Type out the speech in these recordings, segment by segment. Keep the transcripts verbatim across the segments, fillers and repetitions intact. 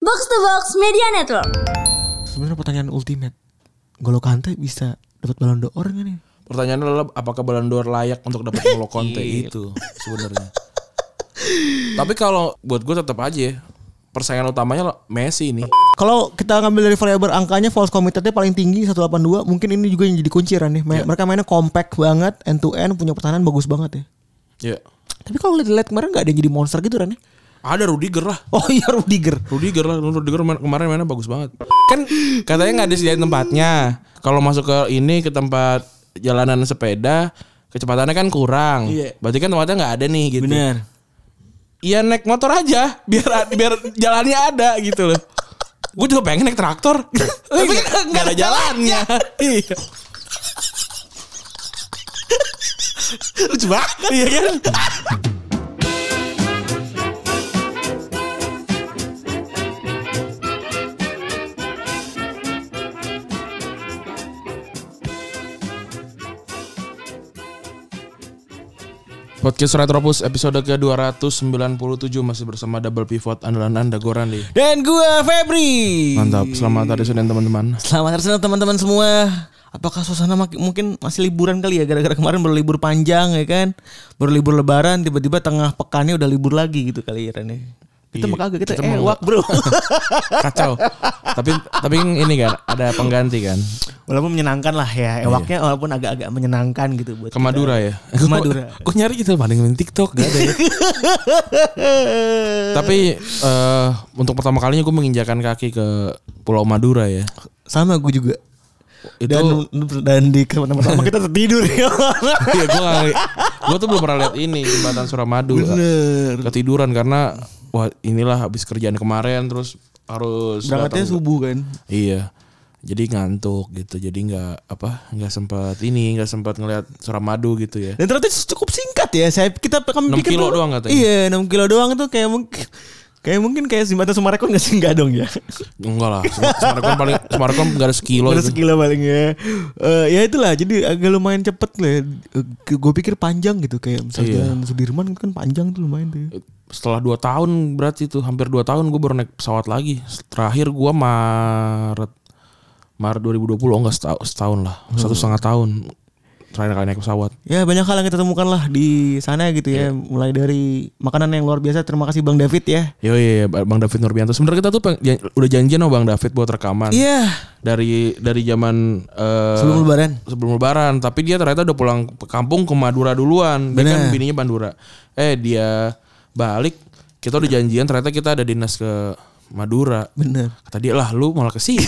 Box to Box Media Network. Sebenarnya pertanyaan ultimate, N'Golo Kante bisa dapat Ballon d'Or nggak nih? Pertanyaannya adalah apakah Ballon d'Or layak untuk dapat N'Golo Kante itu sebenarnya. Tapi kalau buat gue tetap aja persaingan utamanya Messi ini. Kalau kita ngambil dari variabel angkanya, false committed-nya paling tinggi seratus delapan puluh dua. Mungkin ini juga yang jadi kunciran nih. Yeah. Mereka mainnya compact banget, end to end, punya pertahanan bagus banget ya. Iya. Yeah. Tapi kalau lihat kemarin nggak ada yang jadi monster gitu Ran ya? Ada Rudiger lah. Oh iya Rudiger. Rudiger lah, Rudiger kemarin mainnya bagus banget. Kan katanya nggak disediain tempatnya. Kalau masuk ke ini ke tempat jalanan sepeda, kecepatannya kan kurang. Iya. Berarti kan tempatnya nggak ada nih gitu. Bener. Iya naik motor aja, biar biar jalannya ada gitu loh. Gue juga pengen naik traktor, tapi nggak ada jalannya. Iya. Lucu banget, iya kan? Podcast Retropus episode ke dua ratus sembilan puluh tujuh masih bersama double pivot andalan Anda Gorandi. Dan gua Febri. Mantap, selamat hari Senin teman-teman. Selamat hari Senin teman-teman semua. Apakah suasana mak- mungkin masih liburan kali ya, gara-gara kemarin baru libur panjang ya kan? Baru libur lebaran, tiba-tiba tengah pekannya udah libur lagi gitu kali ya Ren. Kita Iya, mah kagak, kita, kita kita mah ewak bro. Kacau. Tapi tapi ini kan ada pengganti kan. Walaupun menyenangkan lah ya, ewaknya walaupun agak-agak menyenangkan gitu buat Ke Madura ya. Ke Madura. Gue nyari gitu banding main TikTok gak ada ya. Tapi uh, untuk pertama kalinya gue menginjakan kaki ke Pulau Madura ya. Sama gue juga. Itu Dan, dan di pertama kita tertidur ya. Iya gue gue tuh belum pernah lihat ini jembatan Suramadu. Bener. Ketiduran karena wah inilah habis kerjaan kemarin terus harus berangkatnya datang. subuh kan. Iya. Jadi ngantuk gitu. Jadi nggak apa nggak sempat ini nggak sempat ngelihat Suramadu gitu ya. Dan ternyata cukup singkat ya. Saya kita kami enam pikir kilo tuh, doang katanya. Iya enam kilo doang tuh kayak mungkin kayak mungkin kayak jembatan Sumarekon nggak sih, nggak dong ya? Enggak lah. Sumarekon paling Sumarekon nggak ada sekilo. Ada itu. sekilo paling ya. Uh, ya itulah. Jadi agak lumayan cepet lah. Uh, gue pikir panjang gitu kayak misalnya Iya. Sudirman kan panjang tuh lumayan tuh. Setelah dua tahun berarti tuh hampir dua tahun gue baru naik pesawat lagi. Terakhir gue Maret Maret dua ribu dua puluh, oh enggak setahun, setahun lah, satu setengah tahun terakhir kali naik pesawat. Ya banyak hal yang kita temukan lah di sana gitu ya. Mulai dari makanan yang luar biasa. Terima kasih Bang David ya. Yo iya, Bang David Nurbianto. Sebenarnya kita tuh peng, jan, udah janjian sama Bang David buat rekaman. Iya. Dari dari zaman uh, Sebelum lebaran. Sebelum lebaran, tapi dia ternyata udah pulang ke kampung ke Madura duluan. Dia Bener. kan bininya Bandura. Eh dia balik, kita udah janjian ternyata kita ada dinas ke Madura. Bener. Kata dia lah lu malah ke situ.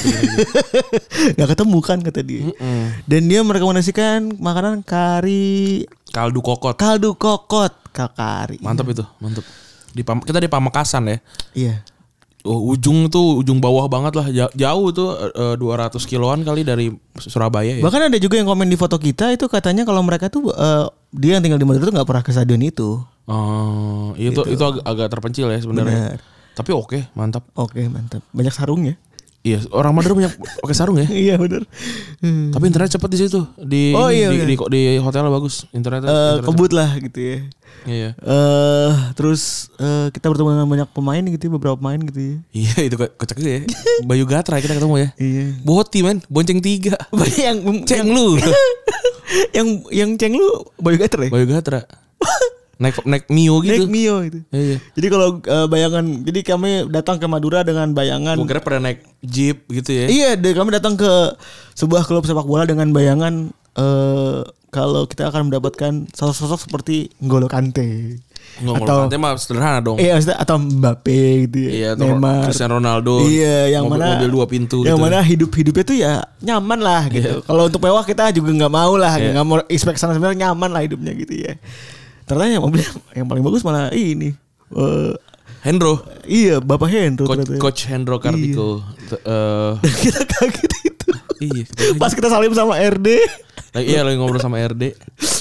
Gak ketemu kan kata dia. Mm-mm. Dan dia merekomendasikan makanan kari Kaldu kokot. kaldu kokot kari. Mantap itu, mantap. Di Pam- kita di Pamekasan ya. Iya. Oh, ujung tuh ujung bawah banget lah. Jauh tuh uh, dua ratus kiloan kali dari Surabaya ya. Bahkan ada juga yang komen di foto kita itu katanya kalau mereka tuh uh, dia yang tinggal di Madura tuh nggak pernah ke stadion itu. Oh, itu itu, itu agak, agak terpencil ya sebenarnya. Tapi oke, mantap. Oke, mantap. Banyak sarungnya. Iya, orang Madura banyak pakai sarung ya. Iya benar. Hmm. Tapi internet cepat di situ. Di Oh, iya, di, iya. di, di, di hotel bagus internetnya. Uh, internet kebut lah gitu ya. Iya. Uh, terus uh, kita bertemu dengan banyak pemain gitu ya, beberapa pemain gitu ya. Iya, itu kocak juga ya. Bayu Gatra kita ketemu ya. Iya. Boti men, bonceng tiga. yang Ceng lu. yang yang ceng lu Bayu Gatra ya? Bayu Gatra. Naik naik Mio gitu. Naik Mio gitu. Iya. Jadi kalau uh, bayangan, jadi kami datang ke Madura dengan bayangan. Gue kira pada naik jeep gitu ya. Iya, deh kami datang ke sebuah klub sepak bola dengan bayangan uh, kalau kita akan mendapatkan sosok-sosok seperti N'Golo Kante. Nggak, atau Kante mah sederhana dong. Iya, maksudnya atau Mbappe gitu ya. Iya, atau Neymar. Cristiano Ronaldo. Iya, yang mobil, mana mobil dua pintu yang gitu. mana hidup-hidupnya tuh ya nyaman lah gitu. Iya. Kalau untuk mewah kita juga nggak mau lah, Iya. nggak mau expect sana sebenarnya nyaman lah hidupnya gitu ya. Ternyata yang mobil yang paling bagus malah ini. Uh, Hendro. iya, Bapak Hendro. Coach, ternyata. Coach Hendro Kartiko. Iya. Uh, Dan kita kaget itu. iya. Pas kita salim sama R D. Lagi, iya lagi ngobrol sama R D.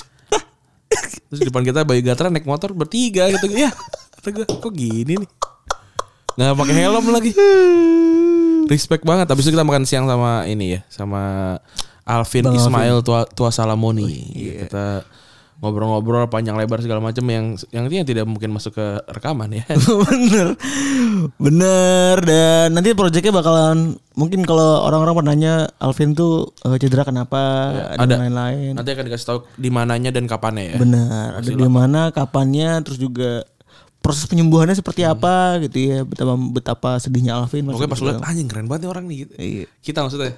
Terus di depan kita Bayu Gatra naik motor bertiga gitu. Ya, kata gue kok gini nih. Nggak pakai helm lagi. Respect banget. Habis itu kita makan siang sama ini ya, sama Alvin Bang Ismail Alvin. Tua, Tua Salamoni. Oh, iya. Kita ngobrol-ngobrol panjang lebar segala macam yang yang yang tidak mungkin masuk ke rekaman ya. Bener, bener. Dan nanti proyeknya bakalan mungkin kalau orang-orang pernah nanya Alvin tuh uh, cedera kenapa, ya, ada dan lain-lain. Nanti akan dikasih tahu di mananya dan kapannya ya. Bener, ada di mana, kapannya, terus juga proses penyembuhannya seperti hmm. apa gitu ya. Betapa betapa sedihnya Alvin. Pokoknya pas lihat anjing keren banget nih orang nih gitu. Iya. Kita maksudnya.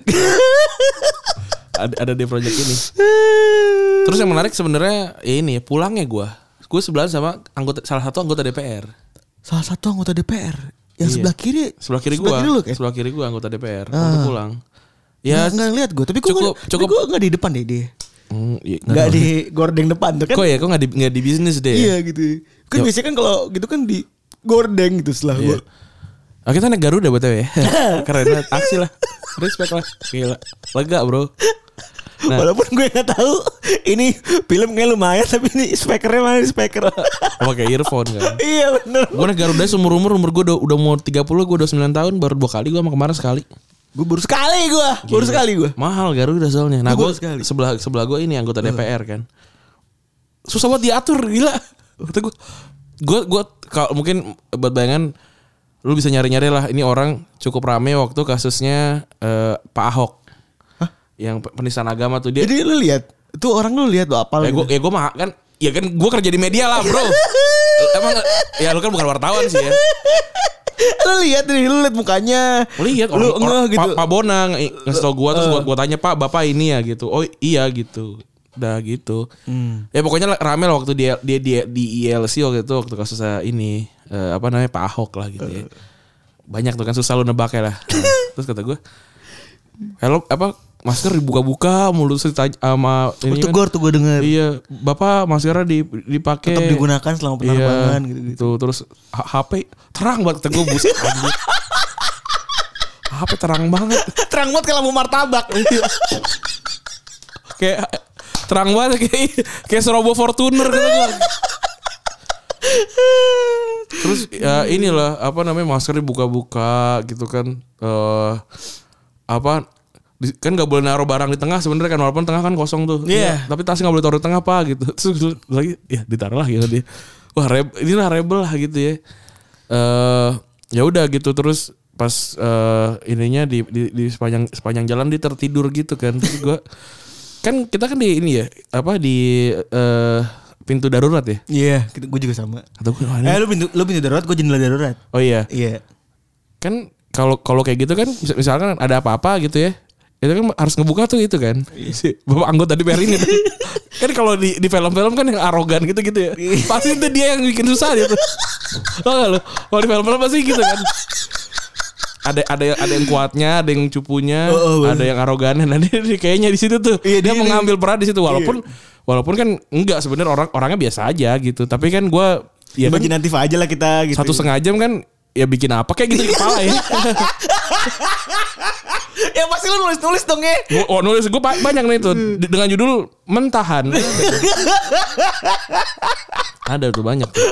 ada ada di project ini. Terus yang menarik sebenarnya ya ini pulangnya gue, gue sebelahan sama anggota salah satu anggota D P R. Salah satu anggota D P R yang iya. sebelah kiri, sebelah kiri gue, sebelah kiri gue anggota D P R. Ah. Waktu pulang. Ya nggak ngeliat gue, tapi gue cukup, gak, cukup. gue nggak di depan deh dia. Hmm, iya, nggak di gordeng depan tuh kan? Kok ya, kok nggak di nggak di bisnis deh? Iya gitu. Kan Yo. biasanya kan kalau gitu kan di gordeng gitu setelah iya. gue. Oh, kita naik Garuda B T W ya. Keren banget, aksi lah, respect lah, gila, lega bro. Nah. Walaupun gue gak tahu ini film kayak lumayan, tapi ini speakernya mana speaker? Oh, pakai earphone kan? Iya bener. Gue naik Garuda seumur umur umur gue udah udah mau tiga puluh, gue udah sembilan tahun, baru dua kali gue sama kemarin sekali. Gue baru sekali gue, baru sekali gue. Mahal Garuda soalnya. Nah gue sebelah sebelah gue ini anggota D P R kan. Susah banget diatur, gila. Kata gue, gue gue kalau mungkin buat bayangan, lu bisa nyari-nyari lah. Ini orang cukup rame waktu kasusnya uh, Pak Ahok. Yang penistaan agama tuh dia. Jadi lu lihat, itu orang lu lihat tuh apa? Ya gue, ya gue mah kan, ya kan gue kerja di media lah bro. Emang, ya lu kan bukan wartawan sih ya. Lu lihat nih, lu lihat mukanya. Lihat, lu enggak gitu. Pak, Pak Bonang ngasih tau gue terus gue gue tanya Pak, bapak ini ya gitu. Oh iya gitu. Udah gitu. Hmm. Ya pokoknya rame lah waktu dia dia dia di I L C waktu itu waktu kasusnya ini uh, apa namanya Pak Ahok lah gitu ya. Banyak tuh kan susah lu nebaknya lah. Nah, terus kata gue, hello apa masker dibuka-buka mulu ditanya sama ini kan. Tegur tuh gue denger. Iya, Bapak maskernya dipakai. Tetap digunakan selama penerbangan iya, gitu-gitu. Tuh, terus H P terang banget kata gue buset. H P terang banget. Terang banget kayak lampu martabak. Kayak terang banget kayak kayak Serobo Fortuner gitu gue. Terus ya inilah apa namanya masker dibuka-buka gitu kan. Uh, apa kan nggak boleh naruh barang di tengah sebenarnya kan, walaupun tengah kan kosong tuh. Iya. Yeah. Tapi tasnya nggak boleh taruh di tengah apa gitu. Terus lagi ya ditaruh lah gitu dia. Wah reb, ini lah rebel lah gitu ya. Uh, ya udah gitu terus pas uh, ininya di, di di sepanjang sepanjang jalan dia tertidur gitu kan. Terus gue kan kita kan di ini ya apa di uh, pintu darurat ya. Iya. Yeah, gue juga sama. Atau gue, eh lu pintu lu pintu darurat, gue jendela darurat. Oh iya. Iya. Kan kalau kalau kayak gitu kan misalkan ada apa-apa gitu ya. Itu kan harus ngebuka tuh itu kan. Si bapak anggota D P R ini tuh. Kan kalau di di film-film kan yang arogan gitu-gitu ya. Pasti itu dia yang bikin susah gitu. Tau gak lu? Kalau di film-film pasti gitu kan. Ada ada ada yang kuatnya, ada yang cupunya, oh, oh, ada yang arogannya. Nah dia, dia kayaknya di situ tuh. Iya, dia, dia mengambil peran di situ walaupun iya. walaupun kan enggak sebenarnya orang orangnya biasa aja gitu. Tapi kan gue ya imajinatif kan, aja lah kita gitu. Satu setengah jam kan ya bikin apa kayak gitu di kepala ya. Ya pasti lu nulis-nulis dong ya. Oh nulis gue banyak nih tuh dengan judul mentahan. Ada tuh banyak tuh.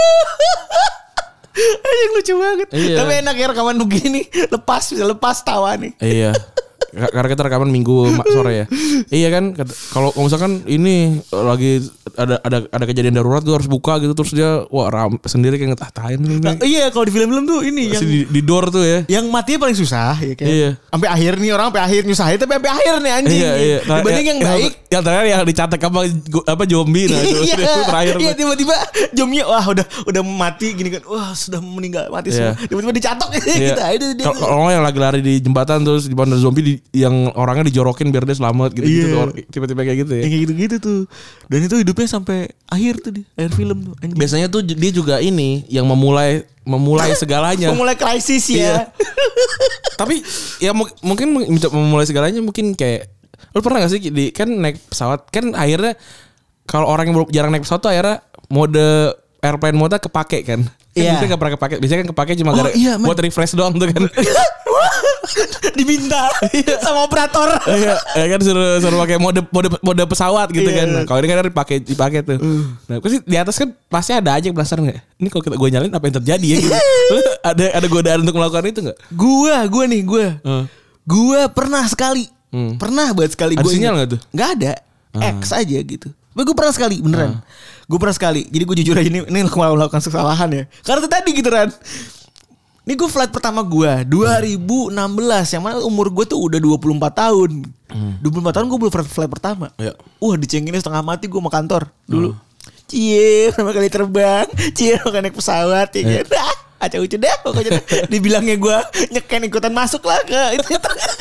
Anjing lucu banget. Iya. Tapi enak ya rekaman begini, lepas bisa lepas tawa nih. Iya. Karena kita rekaman minggu sore ya. Iya kan kalau misalkan ini lagi ada ada ada kejadian darurat tuh harus buka gitu terus dia wah ram, sendiri kayak ngetah-tahin nah, iya kalau di film-film tuh ini yang di, di door tuh ya. Yang matinya paling susah ya kayak. Iya. Sampai akhir nih orang sampai akhir nyusahin tapi sampai akhir nih anjing. Iya, iya. Nah, dibanding ya, yang baik. Yang terakhir yang dicatat apa apa zombie nah itu iya, terakhir. Iya tiba-tiba zombie wah udah udah mati gini kan. Wah sudah meninggal mati iya. semua. Tiba-tiba dicatok gitu. Iya. Kalau yang lagi lari di jembatan terus di bandar zombie di, yang orangnya dijorokin biar dia selamat gitu gitu yeah. tuh tiba-tiba kayak gitu ya. Kayak gitu-gitu tuh. Dan itu hidupnya sampai akhir tuh di akhir film tuh. Anjing. Biasanya tuh dia juga ini yang memulai memulai segalanya. Memulai krisis ya. Iya. Tapi ya m- mungkin memulai segalanya mungkin kayak lu pernah gak sih di kan naik pesawat kan akhirnya kalau orang yang jarang naik pesawat tuh akhirnya mode airplane mode kepake kan. Kan yeah. Biasanya gak pernah kepake. Biasanya kan kepake cuma oh, gara iya, buat refresh doang tuh kan. Diminta sama operator. Iya, ya kan suruh suruh pakai mode mode mode pesawat gitu yeah. kan. Nah, kalau ini kan dipakai dipakai tuh. Uh. Nah, pasti di atas kan pasti ada aja yang penasaran enggak? Ini kalau kita gue nyalin apa yang terjadi ya gitu. ada ada godaan untuk melakukan itu enggak? Gua, gua nih, gua. Uh. Gua pernah sekali. Hmm. Pernah buat sekali gue. Ada sinyal enggak tuh? Enggak ada. Uh. X aja gitu. Tapi gue pernah sekali beneran. Uh. Gue pernah sekali. Jadi gue jujur aja ini ini melakukan kesalahan ya. Karena itu tadi gitu kan. Ini gue flight pertama gue dua ribu enam belas yang mana umur gue tuh udah dua puluh empat tahun. Hmm. dua puluh empat tahun gue belum flight pertama. Ya. Wah dicenginnya setengah mati gue mau kantor dulu. Hmm. Cie pertama kali terbang. Cie pertama kali naik pesawat ya kan. Yeah. Acau ucu deh pokoknya. Dibilangnya gue nyeken ikutan masuk lah ke itu.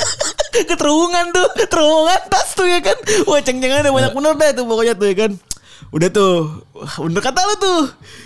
Ke terowongan tuh. Terowongan tas tuh ya kan. Wah ceng-cengan ada banyak bener deh tuh pokoknya tuh ya kan. Udah tuh. Wah bener kata lu tuh.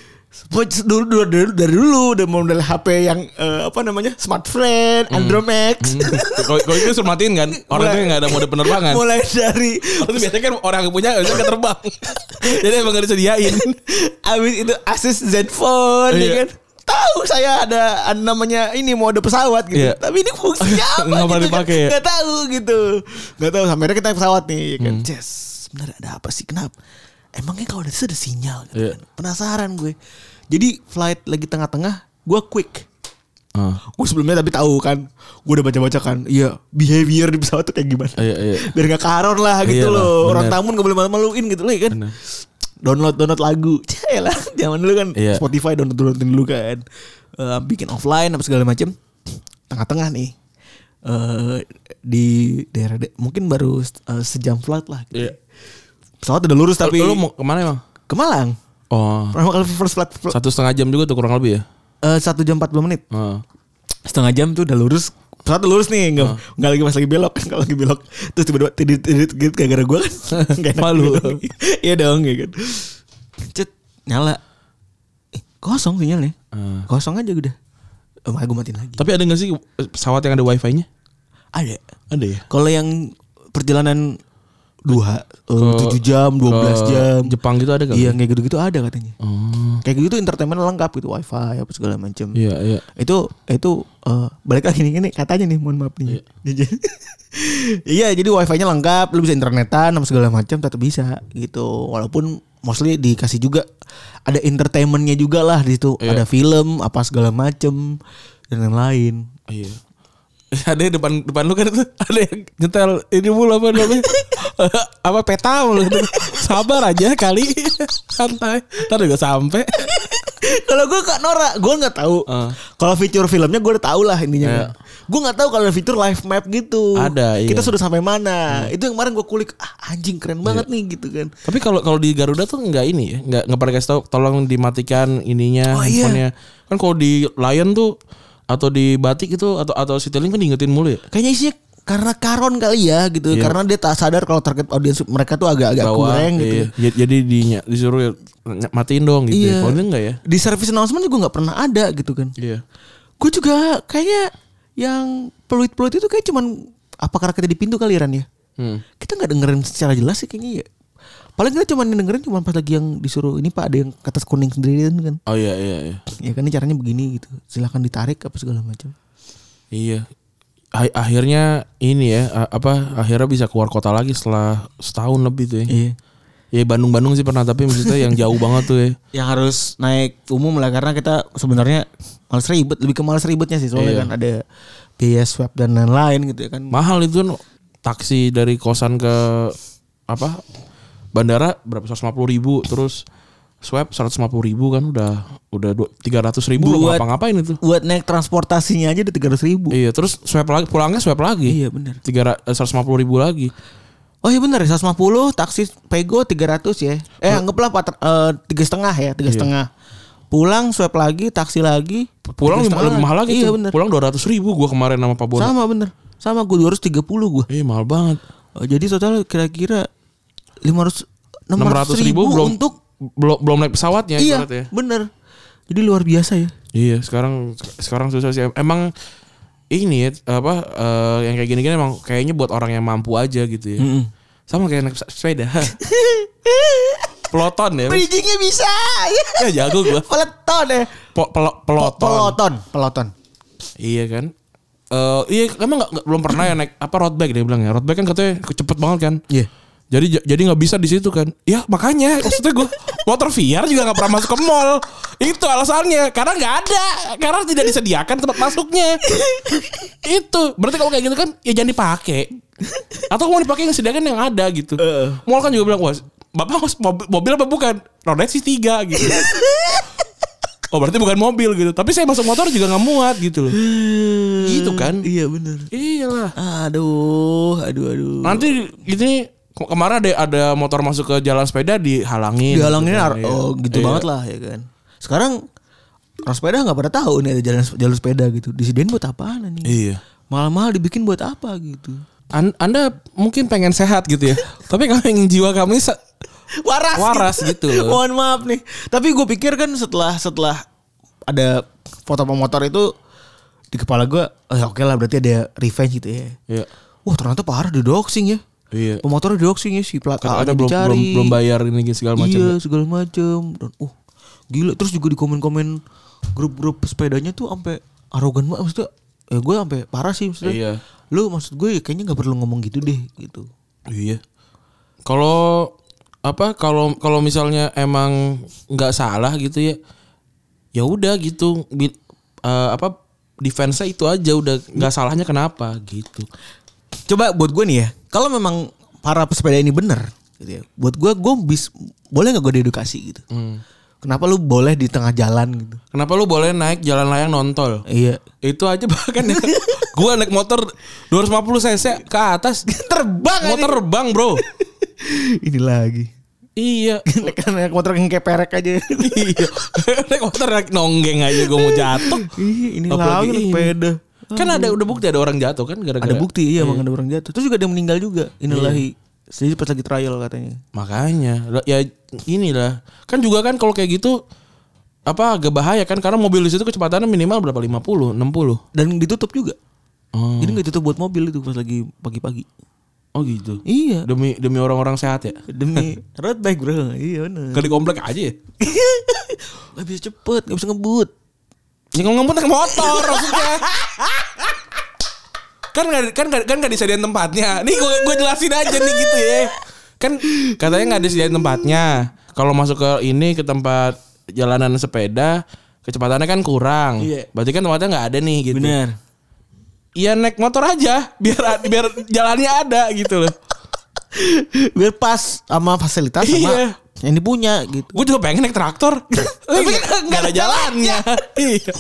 Dulu, dulu, dulu dari dulu udah mau model H P yang uh, apa namanya smartphone, hmm. Andromax. Kalau hmm. itu suruh matiin kan orangnya nggak ada mode penerbangan. Mulai dari itu biasanya kan orang yang punya bisa terbang. Jadi emang nggak disediain. Abis itu Asus Zenfone, iya. ya kan. Tahu saya ada, ada namanya ini mode pesawat gitu. Iya. Tapi ini fungsinya apa? Nggak pernah gitu, dipakai. Nggak Ya? tahu gitu. Nggak tahu sampai kita naik pesawat nih, ya kan. Hmm. Yes, sebenarnya ada apa sih? Kenapa? Emangnya kalau ada ada sinyal gitu yeah. kan. Penasaran gue. Jadi flight lagi tengah-tengah, gue quick. Uh. Gue sebelumnya tapi tahu kan, gue udah baca-baca kan, iya behavior di pesawat tuh kayak gimana. Uh, iya, iya. Biar gak karon lah gitu iya loh. Lah, orang tamu gak boleh malu-maluin gitu loh ya kan. Bener. Download download lagu, lah. Zaman dulu kan iya. Spotify download downloadin dulu kan, uh, bikin offline apa segala macem. Tengah-tengah nih, uh, di daerah de- mungkin baru uh, sejam flight lah. Gitu. Iya. Pesawat udah lurus tapi. Lu mau kemana emang? Ke Malang. Oh. Pertama kali first flight. Satu setengah jam juga tuh kurang lebih ya? Uh, satu jam empat puluh menit. Oh. Setengah jam tuh udah lurus. Pesawat udah lurus nih, nggak oh. nggak lagi pas lagi belok kan, kalau lagi belok terus tiba-tiba tidit tidit gitu gara-gara gue kan nggak enak malu. Iya dong ya kan. Cet nyala, eh, kosong sinyalnya, uh. kosong aja udah. Oh, gue matiin lagi. Tapi ada nggak sih pesawat yang ada wifi-nya? Ada, ada ya. Kalau yang perjalanan dua tujuh jam dua belas jam Jepang gitu ada gak? Iya kayak gitu-gitu ada katanya. Oh. Kayak gitu entertainment lengkap gitu, wifi apa segala macam. Iya iya. Itu itu uh, balik lagi nih, nih katanya nih, mohon maaf nih. Iya. Iya jadi wifi-nya lengkap, lu bisa internetan apa segala macam tetap bisa gitu. Walaupun mostly dikasih juga ada entertainmentnya juga lah di situ. Iya. Ada film apa segala macam dan lain-lain. Iya. Ada di depan depan lu kan itu ada yang nyetel ini mulu apa namanya apa peta mulu gitu. Sabar aja kali santai ntar juga sampai. Kalau gue Kak Nora gue nggak tahu uh. kalau fitur filmnya gue udah tahu lah intinya. Yeah. Gue nggak tahu kalau ada fitur live map gitu. Ada. Kita iya. sudah sampai mana? Hmm. Itu yang kemarin gue kulik, ah, anjing keren banget yeah. nih gitu kan. Tapi kalau kalau di Garuda tuh nggak ini ya, nggak nggak pernah kasih tahu tolong dimatikan ininya oh, handphonenya. Iya. Kan kalau di Lion tuh atau di Batik itu atau atau Citylink kan diingetin mulu ya. Kayaknya isinya karena karon kali ya gitu. Iya. Karena dia tak sadar kalau target audiens mereka tuh agak-agak bawah, kurang gitu. Iya. Jadi dinya, disuruh matiin dong gitu. Iya. Kalau enggak ya. Di service announcement juga nggak pernah ada gitu kan. Iya. Gue juga kayaknya yang peluit-peluit itu kayak cuman apa karena kita di pintu kali Ran ya. Hmm. Kita nggak dengerin secara jelas sih kayaknya ya. Paling kita cuma dengerin cuma pas lagi yang disuruh ini Pak ada yang kertas kuning sendiri kan. Oh iya iya iya. Ya kan ini caranya begini gitu. Silakan ditarik apa segala macam. Iya. Akhirnya ini ya apa akhirnya bisa keluar kota lagi setelah setahun lebih tuh ya. Iya. Ya Bandung-Bandung sih pernah tapi maksudnya yang jauh banget tuh ya. Yang harus naik umum lah karena kita sebenarnya malas ribet, lebih ke malas ribetnya sih soalnya iya. kan ada biaya swab dan lain-lain gitu ya kan. Mahal itu kan taksi dari kosan ke apa? Bandara berapa seratus lima puluh ribu terus swab seratus lima puluh ribu kan udah udah tiga ratus ribu lu ngapa-ngapain itu buat naik transportasinya aja udah tiga ratus ribu. Iya terus swab lagi pulangnya swab lagi. Iya benar. Tiga seratus lima puluh ribu lagi. Oh iya benar seratus lima puluh taksi Pego tiga ratus ya. Eh oh. anggaplah uh, tiga setengah ya tiga setengah. Pulang swab lagi taksi lagi. Pulang lebih, lebih mahal lagi iya, tuh. Bener. Pulang dua ratus ribu gue kemarin sama Pak Bono. Sama bener. Sama gue dua ratus tiga puluh gue. Iya mahal banget. Oh, jadi total kira-kira lima ratus enam ratus ribu, ribu belum, untuk belum belum naik pesawatnya. Iya ya. bener. Jadi luar biasa ya. Iya sekarang sekarang susah sih. Emang ini ya apa uh, yang kayak gini-gini emang kayaknya buat orang yang mampu aja gitu ya. Mm-hmm. Sama kayak naik sepeda. Peloton ya. Bridgingnya bisa. Ya jago gue. Peloton ya. Po, pel, peloton. Peloton. Peloton. Iya kan. Uh, iya emang gak, gak, belum pernah ya naik apa road bike dia bilang ya. Road bike kan katanya cepet banget kan. Iya. Yeah. Jadi jadi nggak bisa di situ kan? Ya makanya maksudnya gue motor V R juga nggak pernah masuk ke mall. Itu alasannya karena nggak ada, karena tidak disediakan tempat masuknya. Itu berarti kalau kayak gitu kan ya jangan dipakai. Atau mau dipakai yang disediakan yang ada gitu. Uh. Mall kan juga bilang wah Bapak mobil, mobil apa bukan? Rodanya sih tiga gitu. Oh berarti bukan mobil gitu. Tapi saya masuk motor juga gak muat gitu loh. Gitu kan? Iya bener. Iyalah. Aduh, aduh, aduh. Nanti ini kemarin ada ada motor masuk ke jalan sepeda dihalangin. Dihalangin, gitu kan. oh gitu iya. banget lah ya kan. Sekarang orang sepeda gak pada tahu nih ada jalan jalur sepeda gitu. Disediain buat apaan nih? Iya. Mahal-mahal dibikin buat apa gitu? An- Anda mungkin pengen sehat gitu ya. Tapi kalau yang jiwa kamu ini Waras, waras gitu loh. Mohon maaf nih. Tapi gue pikir kan setelah setelah ada foto pemotor itu di kepala gue, oh ya oke lah berarti ada revenge gitu ya. Iya. Wah ternyata parah di doxing ya. Iya. Pemotornya di doxing ya si plat A Ada belum, dicari. belum belum bayar ini segala macam. Iya segala macam. Dan uh gila terus juga di komen-komen grup-grup sepedanya tuh sampai arogan banget maksudnya. Ya gue sampai parah sih maksudnya. Iya. Lu maksud gue ya kayaknya nggak perlu ngomong gitu deh gitu. Iya. Kalau apa kalau kalau misalnya emang nggak salah gitu ya, ya udah gitu. Bi, uh, apa defense-nya itu aja udah nggak salahnya kenapa gitu. Coba buat gue nih ya, kalau memang para pesepeda ini bener, gitu ya, buat gue gue bis boleh nggak gue diedukasi gitu. Hmm. Kenapa lu boleh di tengah jalan gitu? Kenapa lu boleh naik jalan layang non-tol? Iya. Itu aja bahkan ya. Gue naik motor dua ratus lima puluh cc ke atas terbang mau terbang bro. Ini lagi. Iya. Naik motor yang kayak perek aja. Iya. Naik motor naik nonggeng aja gue mau jatuh. Iya ini Apalagi lagi naik ini. sepeda. Kan ada udah bukti ada orang jatuh kan gara-gara. Ada bukti iya emang ada orang jatuh. Terus juga ada yang meninggal juga. Inilahi. Jadi pas lagi trial katanya. Makanya ya inilah. Kan juga kan kalau kayak gitu apa agak bahaya kan karena mobil di situ kecepatannya minimal berapa lima puluh, enam puluh. Dan ditutup juga. Oh. Jadi enggak ditutup buat mobil itu pas lagi pagi-pagi. Oh gitu. Iya. Demi demi orang-orang sehat ya. Demi road bike bro. Iya benar. Kali komplek aja ya. Gak bisa cepet, gak bisa ngebut. Ya ngomong naik motor maksudnya. Kan gak, kan gak, kan gak disediain tempatnya. Nih gue gue jelasin aja nih gitu ya. Kan katanya gak disediain tempatnya. Kalau masuk ke ini ke tempat jalanan sepeda kecepatannya kan kurang. Iya. Berarti kan tempatnya gak ada nih gitu. Benar. Iya naik motor aja biar biar jalannya ada gitu loh. Biar pas sama fasilitas sama Iya. yang dipunya gitu. Gue juga pengen naik traktor. Tapi kan gak ada jalannya. Iya.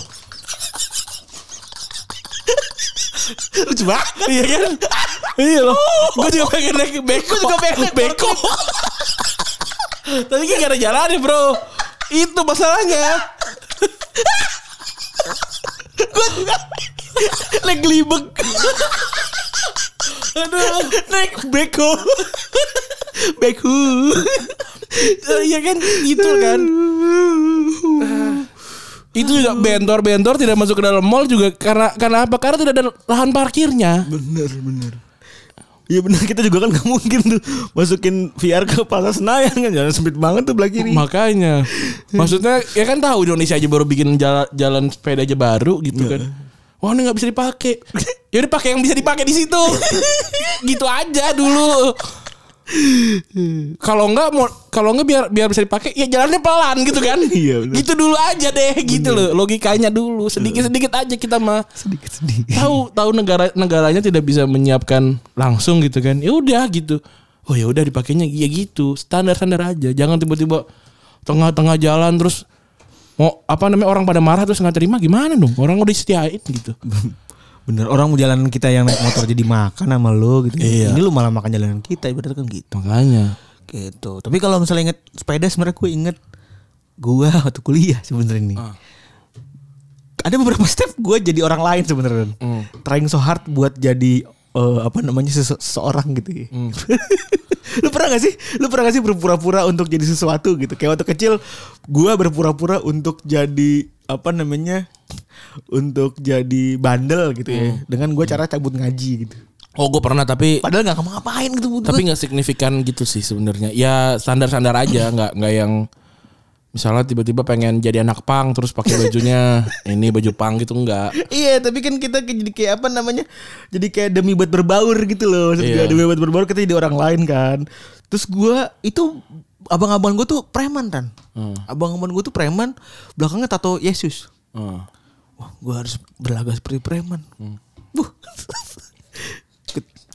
Lucu banget. Iya kan? Iya loh. Gue juga pengen naik beko. Gue juga pengen naik beko. Tapi kan gak ada jalannya bro. Itu masalahnya. Gue juga naik gelibek. Aduh. Naik beko. Beko. Iya kan? Itu kan. Itu juga bentor-bentor tidak masuk ke dalam mall juga karena karena apa? Karena tidak ada lahan parkirnya. Bener bener. Iya benar kita juga kan gak mungkin tuh masukin V R ke Plaza Senayan kan jalan sempit banget tuh belah kiri. Makanya, maksudnya ya kan tahu Indonesia aja baru bikin jalan, jalan sepeda aja baru gitu kan. Wah ini nggak bisa dipakai. Ya udah pakai yang bisa dipakai di situ. Gitu aja dulu. Kalau enggak mau kalau enggak biar biar bisa dipakai ya jalannya pelan gitu kan. Iya bener. Gitu dulu aja deh gitu loh logikanya dulu sedikit-sedikit aja kita mah. Sedikit-sedikit. Tahu tahu negara negaranya tidak bisa menyiapkan langsung gitu kan. Ya udah gitu. Oh ya udah dipakainya ya gitu. Standar-standar aja. Jangan tiba-tiba tengah-tengah jalan terus mau apa namanya orang pada marah terus nggak terima gimana dong? Orang udah disediain gitu. Bener orang mau jalanan kita yang naik motor jadi makan sama lo gitu. Iya. Ini lu malah makan jalanan kita ibaratnya kan gitu. Makanya. Gitu. Tapi kalau misalnya inget sepeda sebenarnya gue inget gue waktu kuliah sebenarnya nih. Ah. Ada beberapa step gue jadi orang lain sebenarnya. Hmm. Trying so hard buat jadi uh, apa namanya sese- seseorang gitu ya. Hmm. Lu pernah gak sih? Lu pernah gak sih berpura-pura untuk jadi sesuatu gitu? Kayak waktu kecil gue berpura-pura untuk jadi apa namanya? Untuk jadi bandel gitu ya. Hmm. Dengan gue cara cabut ngaji gitu. Oh gue pernah tapi Padahal nggak ngapain gitu. tapi nggak signifikan gitu sih sebenarnya. Ya standar-standar aja, nggak nggak yang misalnya tiba-tiba pengen jadi anak pang terus pakai bajunya ini baju pang gitu nggak. Iya, tapi kan kita jadi kayak apa namanya? Jadi kayak demi buat berbaur gitu loh. Iya. Demi buat berbaur kita jadi orang lain kan. Terus gue itu abang-abang gue tuh preman kan. Hmm. Abang-abang gue tuh preman, belakangnya tato Yesus. Hmm. Wah, gue harus berlagak seperti preman. Hmm. Buh.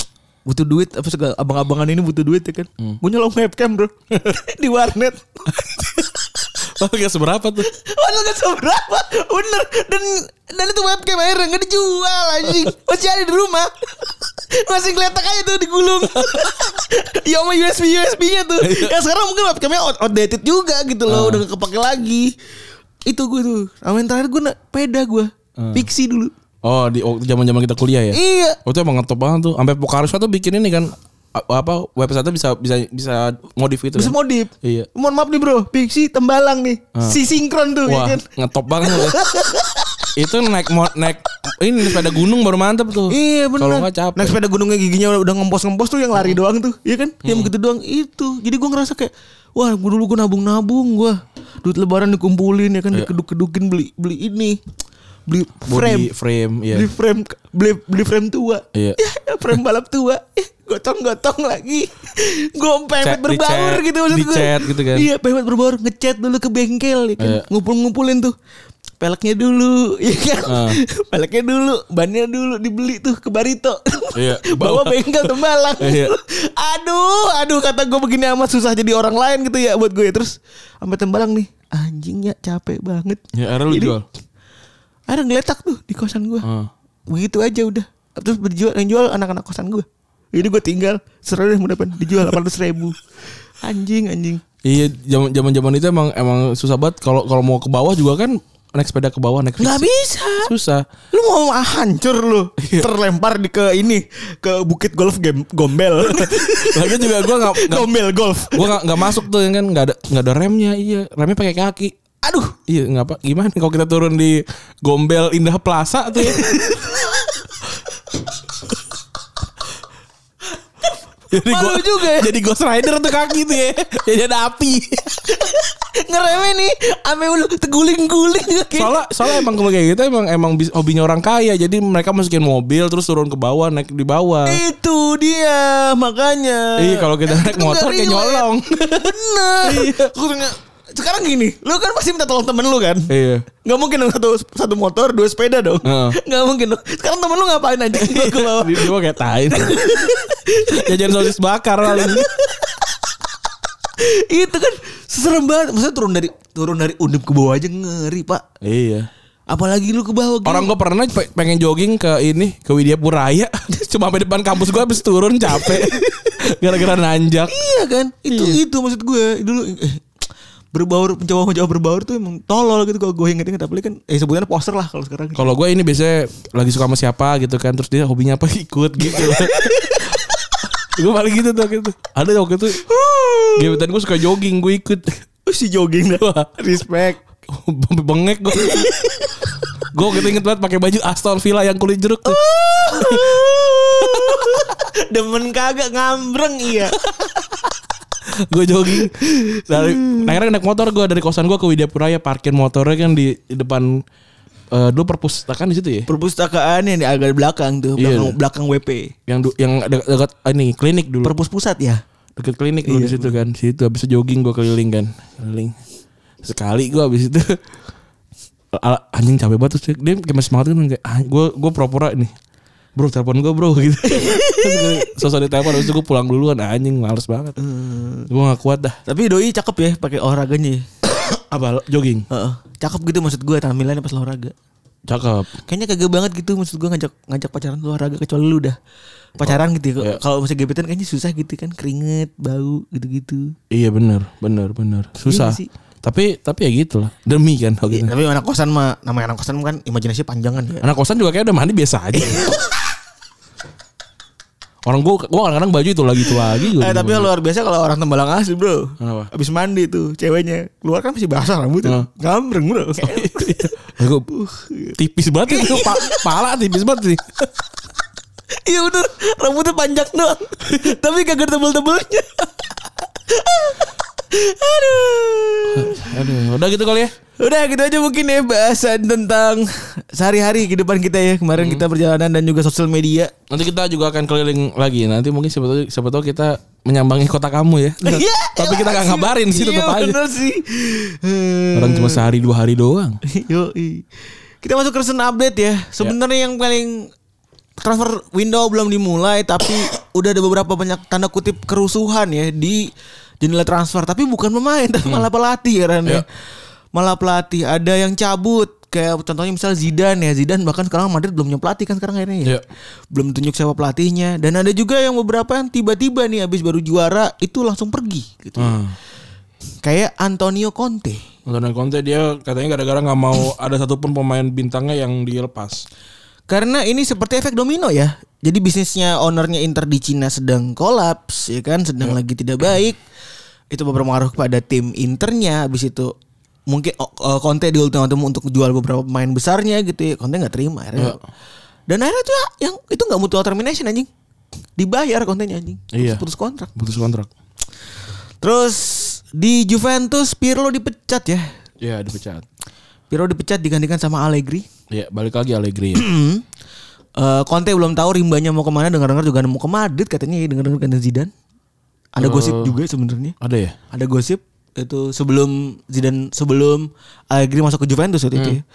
butuh duit apa segala abang-abangan ini butuh duit ya kan. Hmm. Gue nyolong webcam bro di warnet. Oh gak seberapa tuh. Padahal gak seberapa. Bener. Dan dan itu webcam akhirnya gak dijual anjing. Masih ada di rumah. Masih geletak aja tuh digulung. Ya sama U S B U S B-nya tuh. Ya sekarang mungkin webcamnya outdated juga gitu loh. Uh. Udah gak kepake lagi. Itu gue tuh. Sama yang terakhir gue na- peda gue. Uh. Pixie dulu. Oh di waktu zaman-zaman kita kuliah ya. Iya. Waktu emang ngetop banget tuh. Sampai Pokarisma tuh bikin ini kan apa website bisa bisa bisa modif itu. Bisa kan? modif. Iya. Mohon maaf nih bro, Pixie Tembalang nih. Uh. Si sinkron tuh. Wah, ya kan? Ngetop banget. Itu naik naik ini sepeda gunung baru mantep tuh. Iya benar. Kalau nggak capek. Naik sepeda gunungnya giginya udah ngempos-ngempos tuh yang lari hmm. doang tuh, iya kan? Hmm. Yang begitu doang itu. Jadi gue ngerasa kayak, wah gue dulu gue nabung-nabung gue, duit lebaran dikumpulin ya kan, yeah. dikeduk-kedukin beli beli ini, beli frame, Body frame, yeah. beli frame, beli beli frame tua, yeah. ya, frame balap tua. Gotong-gotong lagi. Gue pepet berbaur gitu maksud gue. Dicat gitu kan. Iya pepet berbaur. Ngecat dulu ke bengkel ya kan. Yeah. Ngumpul-ngumpulin tuh. Peleknya dulu ya kan. Uh. Peleknya dulu. Bannya dulu dibeli tuh ke Barito. Yeah, bawa bengkel Tembalang. Yeah. Aduh. Aduh kata gue begini amat susah jadi orang lain gitu ya buat gue. Terus sampai Tembalang nih. Anjingnya capek banget. Ya akhirnya lu jual. Akhirnya ngeletak tuh di kosan gue. Uh. Begitu aja udah. Terus berjual, yang jual anak-anak kosan gue. Jadi gue tinggal seru deh mudah dijual delapan ratus ribu. Anjing anjing. Iya zaman zaman zaman itu emang emang susah banget kalau kalau mau ke bawah juga kan naik sepeda ke bawah naik. Nggak bisa. Susah. Lu mau hancur lu. Terlempar di ke ini ke bukit golf game Gombel. Lagi juga gue nggak Gombel golf. Gue nggak nggak masuk tuh kan nggak ada nggak ada remnya iya remnya pakai kaki. Aduh iya nggak apa gimana kalau kita turun di Gombel Indah Plaza tuh ya. Jadi malu gua, juga ya. Jadi Ghost Rider tuh kaki tuh ya. Jadi ada api. Ngereme nih ame ulu teguling-guling. Soalnya soalnya emang kalau kayak gitu emang emang hobinya orang kaya. Jadi mereka masukin mobil terus turun ke bawah naik di bawah. Itu dia makanya. Iya kalau kita naik motor kayak nyolong. Bener. Iya. Sekarang gini, lu kan pasti minta tolong temen lu kan? Iya. Gak mungkin dong satu satu motor dua sepeda dong. Uh. Gak mungkin dong. Sekarang temen lu ngapain aja ke bawah? Dia mau kayak tain. Jajan sosis bakar lalu. Itu kan serem banget. Maksudnya turun dari turun dari Undip ke bawah aja ngeri pak. Iya. Apalagi lu ke bawah. Orang gue pernah pengen jogging ke ini ke Widyapura Raya. Cuma sampai depan kampus gue habis turun capek. Gara-gara nanjak. Iya kan. Itu iya. Itu maksud gue dulu. Eh, berbaur mencoba-mencoba berbaur tuh emang tolol gitu kalau gue inget-inget apalagi kan eh sebutannya poster lah kalau sekarang. Kalau gue ini biasanya lagi suka sama siapa gitu kan terus dia hobinya apa ikut gitu. Gue paling gitu tuh gitu. Ada waktu itu gebetan gue suka jogging gue ikut. Oh, si jogging dah. Respect. Bengek gue. Gue gitu inget banget pakai baju Aston Villa yang kulit jeruk tuh. Demen kagak ngambreng iya. Gue jogging dari akhirnya naik motor gue dari kosan gue ke Widyapura ya parkir motornya kan di, di depan uh, dulu perpustakaan di situ ya perpustakaan yang di agak belakang tuh belakang, iya, belakang W P yang du, yang dekat ini klinik dulu perpus pusat ya dekat klinik dulu iya, di situ kan situ habis jogging gue keliling kan keliling sekali gue habis itu anjing capek banget terus dia kayak masih semangat kan kayak gue gue pura-pura nih bro telepon gue bro gitu. Sosok di telepon habis itu gue pulang duluan anjing males banget. Hmm. Gue gak kuat dah. Tapi doi cakep ya pakai olahraganya. Apa jogging? Heeh. Cakep gitu maksud gue tampilannya pas olahraga. Cakep. Kayaknya kagak banget gitu maksud gue ngajak ngajak pacaran olahraga kecuali lu dah. Pacaran oh, gitu ya. Kalau masih gebetan kayaknya susah gitu kan keringet, bau gitu-gitu. Iya benar, benar, benar. Susah. Iya sih. Tapi tapi ya gitu lah demi kan. Iya, tapi anak kosan mah namanya anak kosan kan imajinasi panjang kan ya. Anak kosan juga kayak udah mandi biasa aja. Orang gue, gue kadang-kadang baju itu lagi itu lagi. Eh, tapi yang luar biasa kalau orang Tembalang asli bro. Kenapa? Abis mandi tuh ceweknya keluar kan masih basah rambutnya. Gambreng bro. Aku tipis banget itu, pala tipis banget sih. Iya bener, rambutnya panjang doang. Tapi kagak tebel-tebelnya. Aduh. Aduh, udah gitu kali ya. Udah gitu aja mungkin ya bahasan tentang sehari-hari kehidupan kita ya. Kemarin hmm. kita perjalanan dan juga sosial media. Nanti kita juga akan keliling lagi. Nanti mungkin siapa tahu siapa tahu kita menyambangi kota kamu ya. Iya. Tapi kita enggak ngabarin sih tetap aja. Iya bener sih. Orang cuma sehari dua hari doang. Yo, kita masuk ke recent update ya. Sebenarnya ya. Yang paling transfer window belum dimulai tapi udah ada beberapa banyak tanda kutip kerusuhan ya di jendela transfer, tapi bukan pemain, tapi malah pelatih ya Ran. Iya. Malah pelatih, ada yang cabut. Kayak contohnya misal Zidane ya. Zidane bahkan sekarang Madrid belum punya pelatih kan sekarang akhirnya ya. Iya. Belum tunjuk siapa pelatihnya. Dan ada juga yang beberapa yang tiba-tiba nih habis baru juara itu langsung pergi gitu. Hmm. Kayak Antonio Conte. Antonio Conte dia katanya gara-gara nggak mau ada satupun pemain bintangnya yang dilepas. Karena ini seperti efek domino ya. Jadi bisnisnya ownernya Inter di Cina sedang kolaps ya kan, sedang Ya. lagi tidak baik. Itu berpengaruh kepada tim Internya. Habis itu mungkin uh, Conte di ultimatum untuk jual beberapa pemain besarnya gitu ya. Conte nggak terima akhirnya. Ya. Dan akhirnya tuh yang itu nggak mutual termination anjing. Dibayar Contenya anjing. Iya. Putus kontrak. Putus kontrak. Terus di Juventus Pirlo dipecat ya. Iya, dipecat. Pirlo dipecat digantikan sama Allegri. Iya, balik lagi Allegri ya. Uh, Conte belum tahu rimbanya mau kemana. Dengar-dengar juga mau ke Madrid katanya. Dengar-dengar ganti Zidane. Ada Uh, gosip juga sebenarnya. Ada ya? Ada gosip itu sebelum Zidane sebelum Allegri masuk ke Juventus waktu itu ya.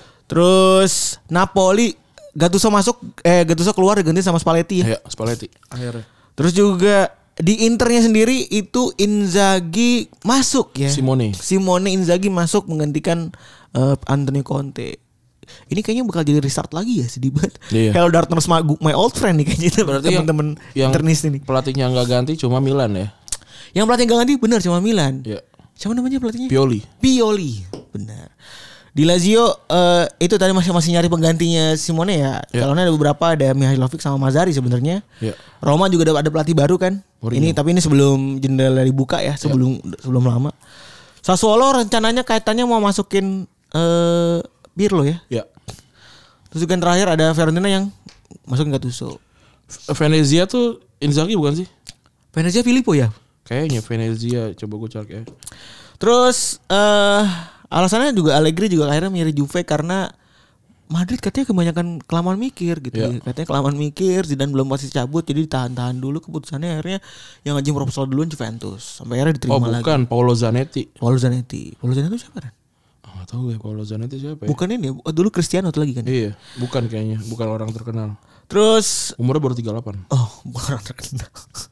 Terus Napoli Gattuso masuk eh Gattuso keluar diganti sama Spalletti ya. Iya, Spalletti akhirnya. Terus juga di Internya sendiri itu Inzaghi masuk ya. Simone. Simone Inzaghi masuk menggantikan uh, Antonio Conte. Ini kayaknya bakal jadi restart lagi ya, sedih banget. Iya. Hello Darkness my, my old friend nih kayaknya Berarti yang- teman-teman yang internis ini. Pelatihnya nggak ganti cuma Milan ya. Yang pelatih gak ganti benar cuma Milan. Iya. Siapa namanya pelatihnya? Pioli. Pioli. Benar. Di Lazio uh, itu tadi masih masih nyari penggantinya Simone ya. Ya. Kalau ada beberapa ada Mihailovic sama Mazzari sebenarnya. Iya. Roma juga ada, ada pelatih baru kan. Mourinho. Ini tapi ini sebelum jendela dibuka ya, sebelum sebelum lama. Sassuolo rencananya kaitannya mau masukin uh, Pirlo ya. Iya. Terus juga yang terakhir ada Fiorentina yang masukin Gattuso. Venezia tuh Inzaghi bukan sih? Venezia Filippo ya. Kayaknya Venezia, coba gue cek ya. Terus eh alasannya juga Allegri juga akhirnya milih Juve karena Madrid katanya kebanyakan kelamaan mikir gitu. Ya. Katanya kelamaan mikir, Zidane belum pasti cabut jadi ditahan-tahan dulu, keputusannya akhirnya yang ngajuin proposal duluan Juventus. Sampai akhirnya diterima Oh lagi. bukan, Paolo Zanetti. Paolo Zanetti. Paolo Zanetti itu siapa kan? Oh, gak tahu gue Paolo Zanetti siapa ya? Bukan ini ya, oh, dulu Cristiano tuh lagi kan. Iya, bukan kayaknya, bukan orang terkenal. Terus Umurnya baru tiga puluh delapan. oh, bukan orang terkenal.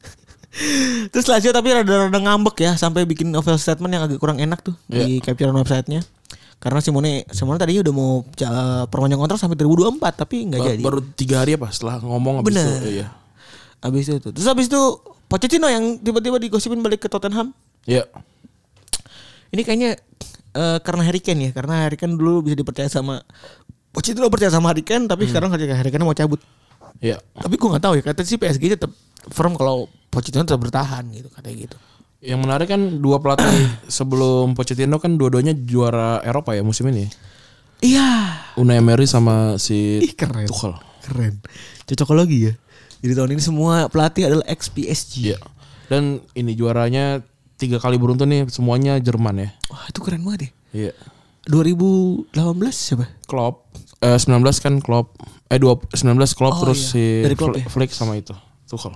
Terus Lazio tapi rada-rada ngambek ya sampai bikin official statement yang agak kurang enak tuh di capturean websitenya. Karena Simone Simone tadinya udah mau uh, perpanjang kontrak sampai dua ribu dua puluh empat tapi nggak Ba- jadi. Baru tiga hari apa setelah ngomong abis Bener. itu. Iya. Abis itu. Terus abis itu Pochettino yang tiba-tiba digosipin balik ke Tottenham. Iya. Ini kayaknya uh, karena Harry Kane ya. Karena Harry Kane dulu bisa dipercaya sama Pochettino percaya sama Harry Kane tapi sekarang Harry Kane mau cabut. Iya. Tapi gue nggak tahu ya. Katanya sih P S G tetap firm kalau Pochettino tetap bertahan gitu katanya gitu. Yang menarik kan dua pelatih sebelum Pochettino kan dua-duanya juara Eropa ya musim ini. Iya. Unai Emery sama si Ih, keren. Tuchel. Keren. Cocokologi ya. Jadi tahun ini semua pelatih adalah ex P S G. Iya. Dan ini juaranya tiga kali beruntun nih semuanya Jerman ya. Wah, itu keren banget ya. Iya. dua ribu delapan belas siapa? Klopp. Eh sembilan belas kan Klopp. Eh dua sembilan belas Klopp Oh, terus iya. si Dari Klopp Flick, ya? Flick sama itu Tuchel.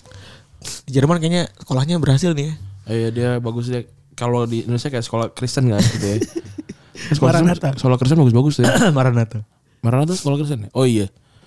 Di Jerman kayaknya sekolahnya berhasil nih ya. Eh, Iya dia bagus dia. Kalau di Indonesia kayak sekolah Kristen kan gitu ya. Sekolah Kristen, Maranatha. sekolah Kristen bagus-bagus ya. Maranatha. Maranatha sekolah Kristen ya? Oh iya.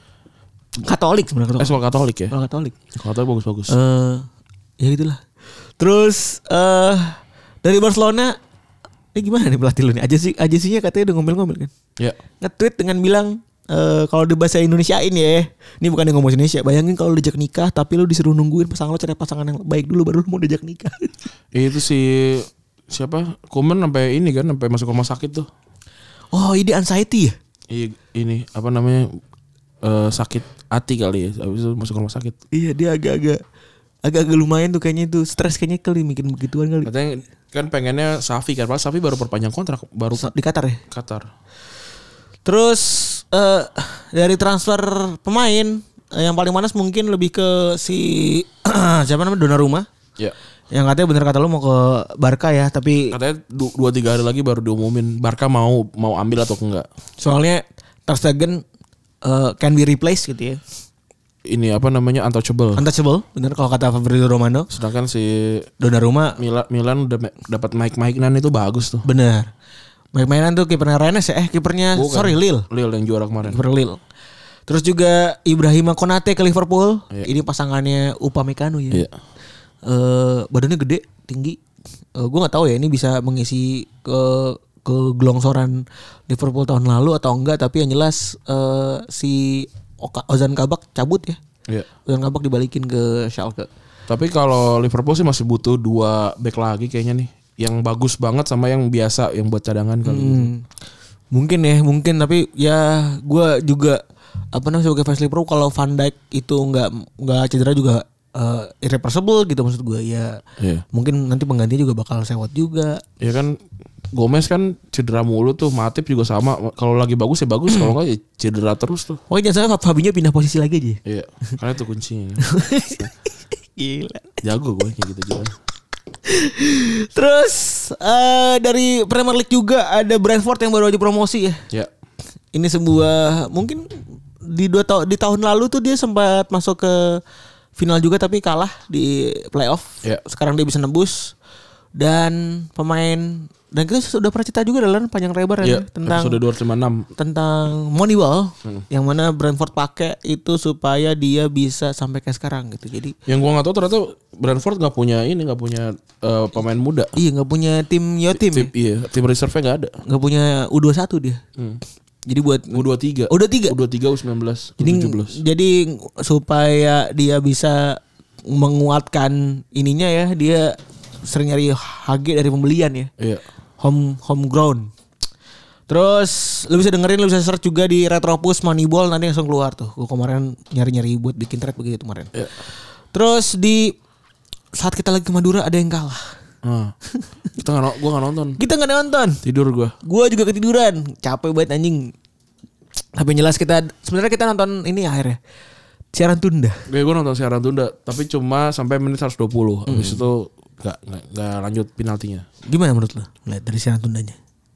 Katolik sebenarnya. Eh sekolah Katolik ya? Sekolah Katolik. Sekolah Katolik bagus-bagus. Eh, ya gitulah. Terus eh dari Barcelona ini gimana nih pelatih lu nih? Ajasi ajasinya katanya udah ngomel-ngomel kan. Ya. Nge-tweet dengan bilang eh kalau di bahasa Indonesiain ya. Ini bukan yang ngomong Indonesia. Bayangin kalau lu diajak nikah tapi lu disuruh nungguin pasangan lu cari pasangan yang baik dulu baru lu mau diajak nikah. Itu si siapa? Koeman sampai ini kan sampai masuk rumah sakit tuh. Oh, ini anxiety ya? Iya ini apa namanya? Eh, sakit hati kali ya. Habis itu masuk rumah sakit. Iya, dia agak-agak agak-agak lumayan tuh kayaknya itu stres kayaknya kali bikin begituan kali. Katanya kan pengennya Xavi kan, padahal Xavi baru perpanjang kontrak baru Di Qatar ya. Qatar. Terus eh dari transfer pemain eh, yang paling panas mungkin lebih ke si siapa namanya Donnarumma. Ya. Yang katanya bener kata lu mau ke Barca ya, tapi Katanya du- dua tiga hari lagi baru diumumin Barca mau mau ambil atau enggak. soalnya Ter Stegen eh, can be replaced gitu ya. Ini apa namanya untouchable. Untouchable, bener kalau kata Fabrizio Romano. Sedangkan si Donnarumma Milan Milan udah me- dapat Mike Mike Nan itu bagus tuh. bener. Main-mainan tuh kipernya Rennes ya, eh kipernya Bukan. sorry Lille. Lille yang juara kemarin. Kiper Lille. Terus juga Ibrahima Konate ke Liverpool. Iya. Ini pasangannya Upamecano ya. Iya. Eh, badannya gede, tinggi. Eh, gue nggak tahu ya ini bisa mengisi ke ke gelongsoran Liverpool tahun lalu atau enggak. Tapi yang jelas eh, si Oka, Ozan Kabak cabut ya. Iya. Ozan Kabak dibalikin ke Schalke. Tapi kalau Liverpool sih masih butuh dua back lagi kayaknya nih. Yang bagus banget sama yang biasa, yang buat cadangan kali. Hmm. Mungkin ya, mungkin tapi ya gue juga apa namanya sebagai fans Liverpool kalau Van Dijk itu nggak nggak cedera juga uh, irreversible gitu maksud gue ya. Iya. Mungkin nanti penggantinya juga bakal sewot juga. Ya kan Gomez kan cedera mulu tuh, Matip juga sama. Kalau lagi bagus ya bagus, kalau enggak ya cedera terus tuh. Pokoknya jangan sampai Fabinho pindah posisi lagi aja. Iya, karena itu kuncinya. Gila. Jago gue kayak gitu juga. Terus uh, dari Premier League juga ada Brentford yang baru aja promosi ya. Ya. Ini sebuah mungkin di dua tahun di tahun lalu tuh dia sempat masuk ke final juga tapi kalah di playoff. Ya. Sekarang dia bisa nebus dan pemain dan kita sudah pernah cerita juga dalam panjang lebar ya, Ya, tentang episode dua ratus lima puluh enam tentang Moneyball Hmm. yang mana Brentford pakai itu supaya dia bisa sampai kayak sekarang gitu. Jadi yang gua nggak tahu ternyata Brentford nggak punya ini, nggak punya uh, pemain muda. iya nggak punya tim yo tim, Tim, iya, tim reserve-nya nggak ada. nggak punya U dua puluh satu dia. Hmm. Jadi buat U dua puluh tiga. U dua puluh tiga. U dua puluh tiga, U sembilan belas, U Jadi tujuh belas. jadi supaya dia bisa menguatkan ininya ya, dia sering nyari H G dari pembelian ya. Iya. Home homegrown. Terus lu bisa dengerin, lu bisa search juga di Retropus Moneyball nanti langsung keluar tuh. Gue kemarin nyari-nyari buat bikin thread begitu kemarin. Iya. Terus di saat kita lagi ke Madura ada yang kalah. Ah. Kita nggak, gua nggak nonton. Kita nggak nonton. Tidur gua. Gue juga ketiduran, capek banget anjing. Tapi yang jelas kita sebenarnya kita nonton ini akhirnya siaran tunda. Gue gue nonton siaran tunda, tapi cuma sampai menit seratus dua puluh. Habis itu nggak nggak nggak lanjut penaltinya. Gimana menurut lo? Lihat dari siaran tundanya.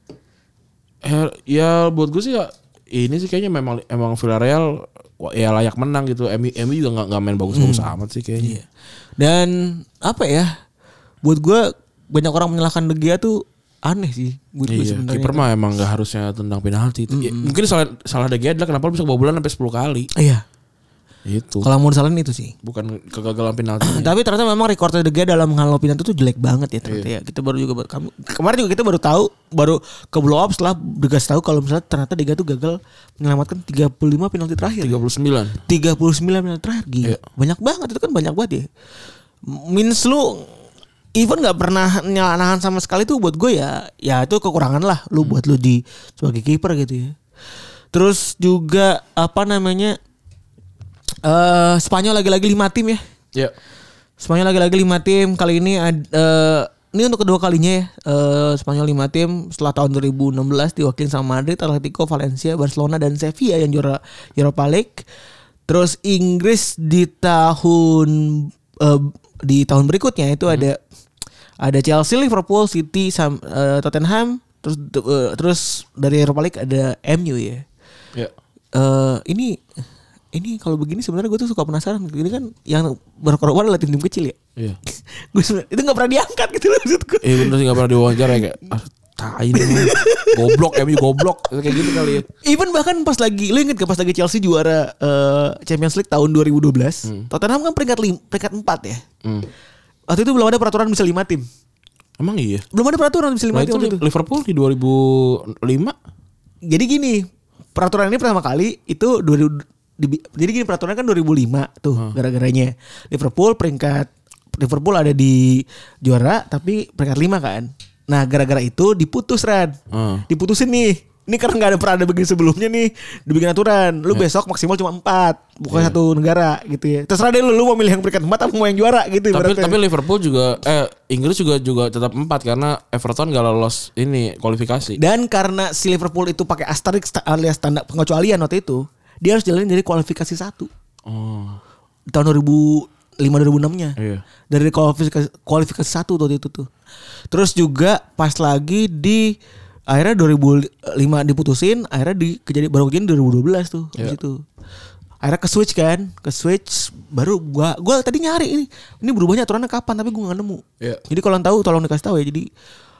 Eh, ya buat gue sih ya, ini sih kayaknya memang emang Villarreal wah, ya layak menang gitu. M U M U juga nggak nggak main bagus-bagus amat sih kayaknya. Iya. Dan apa ya? Buat gue banyak orang menyalahkan De Gea tuh aneh sih. Buat gue Iya, sebenarnya. kiper mah emang nggak harusnya tendang penalti. Mm-hmm. Ya, mungkin salah salah De Gea adalah kenapa bisa kebobolan sampai sepuluh kali. Iya. Itu Kalau mau disalahin itu sih. bukan kegagalan penalti. Tapi ternyata memang rekornya De Gea dalam menghalau penalti itu jelek banget ya ternyata ya. Kita baru juga kamu kemarin juga kita baru tahu, baru ke blow up setelah dikasih tahu kalau misalnya ternyata De Gea tuh gagal menyelamatkan tiga puluh lima penalti terakhir. tiga puluh sembilan. tiga puluh sembilan penalti terakhir gila. Iya. Banyak banget itu kan banyak banget ya. Means lu even nggak pernah nahan sama sekali tuh buat gue ya ya itu kekurangan lah lu buat lu di sebagai kiper gitu ya. Terus juga apa namanya Uh, Spanyol lagi-lagi lima tim ya. Ya. Spanyol lagi-lagi lima tim. Kali ini ada, uh, ini untuk kedua kalinya ya. Uh, Spanyol lima tim setelah tahun dua ribu enam belas diwakilin sama Madrid, Atletico, Valencia, Barcelona dan Sevilla yang juara Europa League. Terus Inggris di tahun uh, di tahun berikutnya itu hmm. ada ada Chelsea, Liverpool, City, sam, uh, Tottenham. Terus uh, terus dari Europa League ada M U ya. Ya. Uh, ini Ini kalau begini sebenarnya gue tuh suka penasaran. Ini kan yang berkorban adalah tim-tim kecil ya. Iya. Gue sebenarnya itu nggak pernah diangkat gitu loh maksud gue. Eh bener sih nggak pernah diwawancara kayak ah, tai nih. Goblok M U goblok kayak gitu kali ya. Even bahkan pas lagi, lu inget gak pas lagi Chelsea juara uh, Champions League tahun dua ribu dua belas, hmm. Tottenham kan peringkat lim, peringkat empat ya. Hmm. Waktu itu belum ada peraturan bisa lima tim. Emang iya? Belum ada peraturan bisa lima nah, tim itu itu. Liverpool di dua ribu lima. Jadi gini, peraturan ini pertama kali itu dua ribu Di, jadi gini peraturannya kan dua ribu lima tuh hmm. gara-garanya Liverpool peringkat Liverpool ada di juara tapi peringkat lima kan. Nah gara-gara itu diputus Ran, hmm. diputusin nih. Ini karena nggak ada pernah ada begini sebelumnya nih dibikin aturan. Lu yeah. besok maksimal cuma empat, bukan yeah. satu negara gitu ya. Terserah deh lu, lu mau milih yang peringkat empat atau mau yang juara gitu. Tapi berarti. Tapi Liverpool juga eh Inggris juga juga tetap empat karena Everton gak lolos ini kualifikasi. Dan karena si Liverpool itu pakai asterisk alias tanda pengecualian waktu itu. Dia harus jalanin dari kualifikasi satu. Oh. Tahun dua ribu lima dua ribu enam-nya. Iya. Dari kualifikasi kualifikasi satu waktu itu tuh. Terus juga pas lagi di akhirnya dua ribu lima diputusin, akhirnya di kejadian baru kejadian dua ribu dua belas tuh di situ. Akhirnya ke switch kan, ke switch baru gua gua tadi nyari ini. Ini berubahnya aturannya kapan tapi gua enggak nemu. Iya. Jadi kalau tahu tolong dikasih tahu ya. Jadi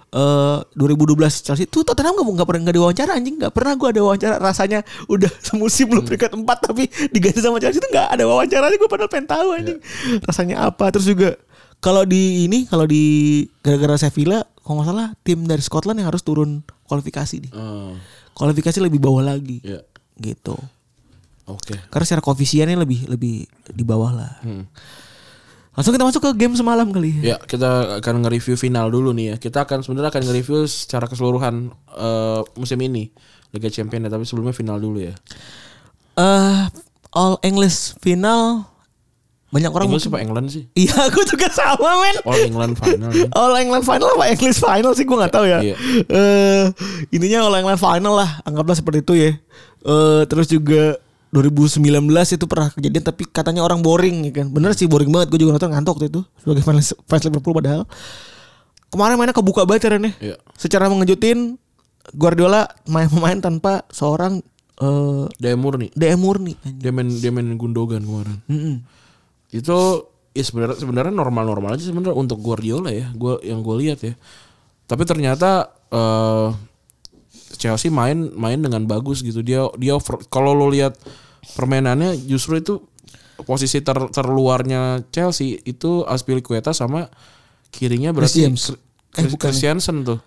uh, dua ribu dua belas Chelsea tuh Tottenham gak, gak pernah gak diwawancara anjing, gak pernah gue ada wawancara. Rasanya udah semusim belum peringkat empat tapi diganti sama Chelsea tuh gak ada wawancaranya. Gue padahal pengen tahu anjing yeah. rasanya apa. Terus juga kalau di ini kalau di gara-gara Sevilla kalau nggak salah tim dari Scotland yang harus turun kualifikasi nih. Uh. Kualifikasi lebih bawah lagi yeah. gitu. Oke. Okay. Karena secara koefisiennya lebih lebih di bawah lah. Hmm. Langsung kita masuk ke game semalam kali. Ya, kita akan nge-review final dulu nih ya. Kita akan sebenarnya akan nge-review secara keseluruhan uh, musim ini Liga Champions ya, tapi sebelumnya final dulu ya. Eh uh, All English final banyak orang English apa England sih? Iya, aku juga sama men. All England final. Ya. All England final apa English final sih gue nggak tahu ya. Iya. Uh, intinya All England final lah, anggaplah seperti itu ya. Uh, terus juga dua ribu sembilan belas itu pernah kejadian tapi katanya orang boring ya kan. Bener sih boring banget. Gue juga nonton ngantuk waktu itu sebagai fans, fans Liverpool padahal. Kemarin mainnya kebuka banget caranya. Iya. Secara mengejutin Guardiola main pemain tanpa seorang uh, D M murni. D M murni. Dia main dia main Gundogan kemarin. Mm-hmm. Itu ya sebenarnya sebenarnya normal-normal aja sebenarnya untuk Guardiola ya. Gua yang gue lihat ya. Tapi ternyata uh, Chelsea main main dengan bagus gitu. Dia dia kalau lo lihat permainannya justru itu posisi ter, terluarnya Chelsea itu Azpilicueta sama kirinya berarti eh, Christiansen tuh.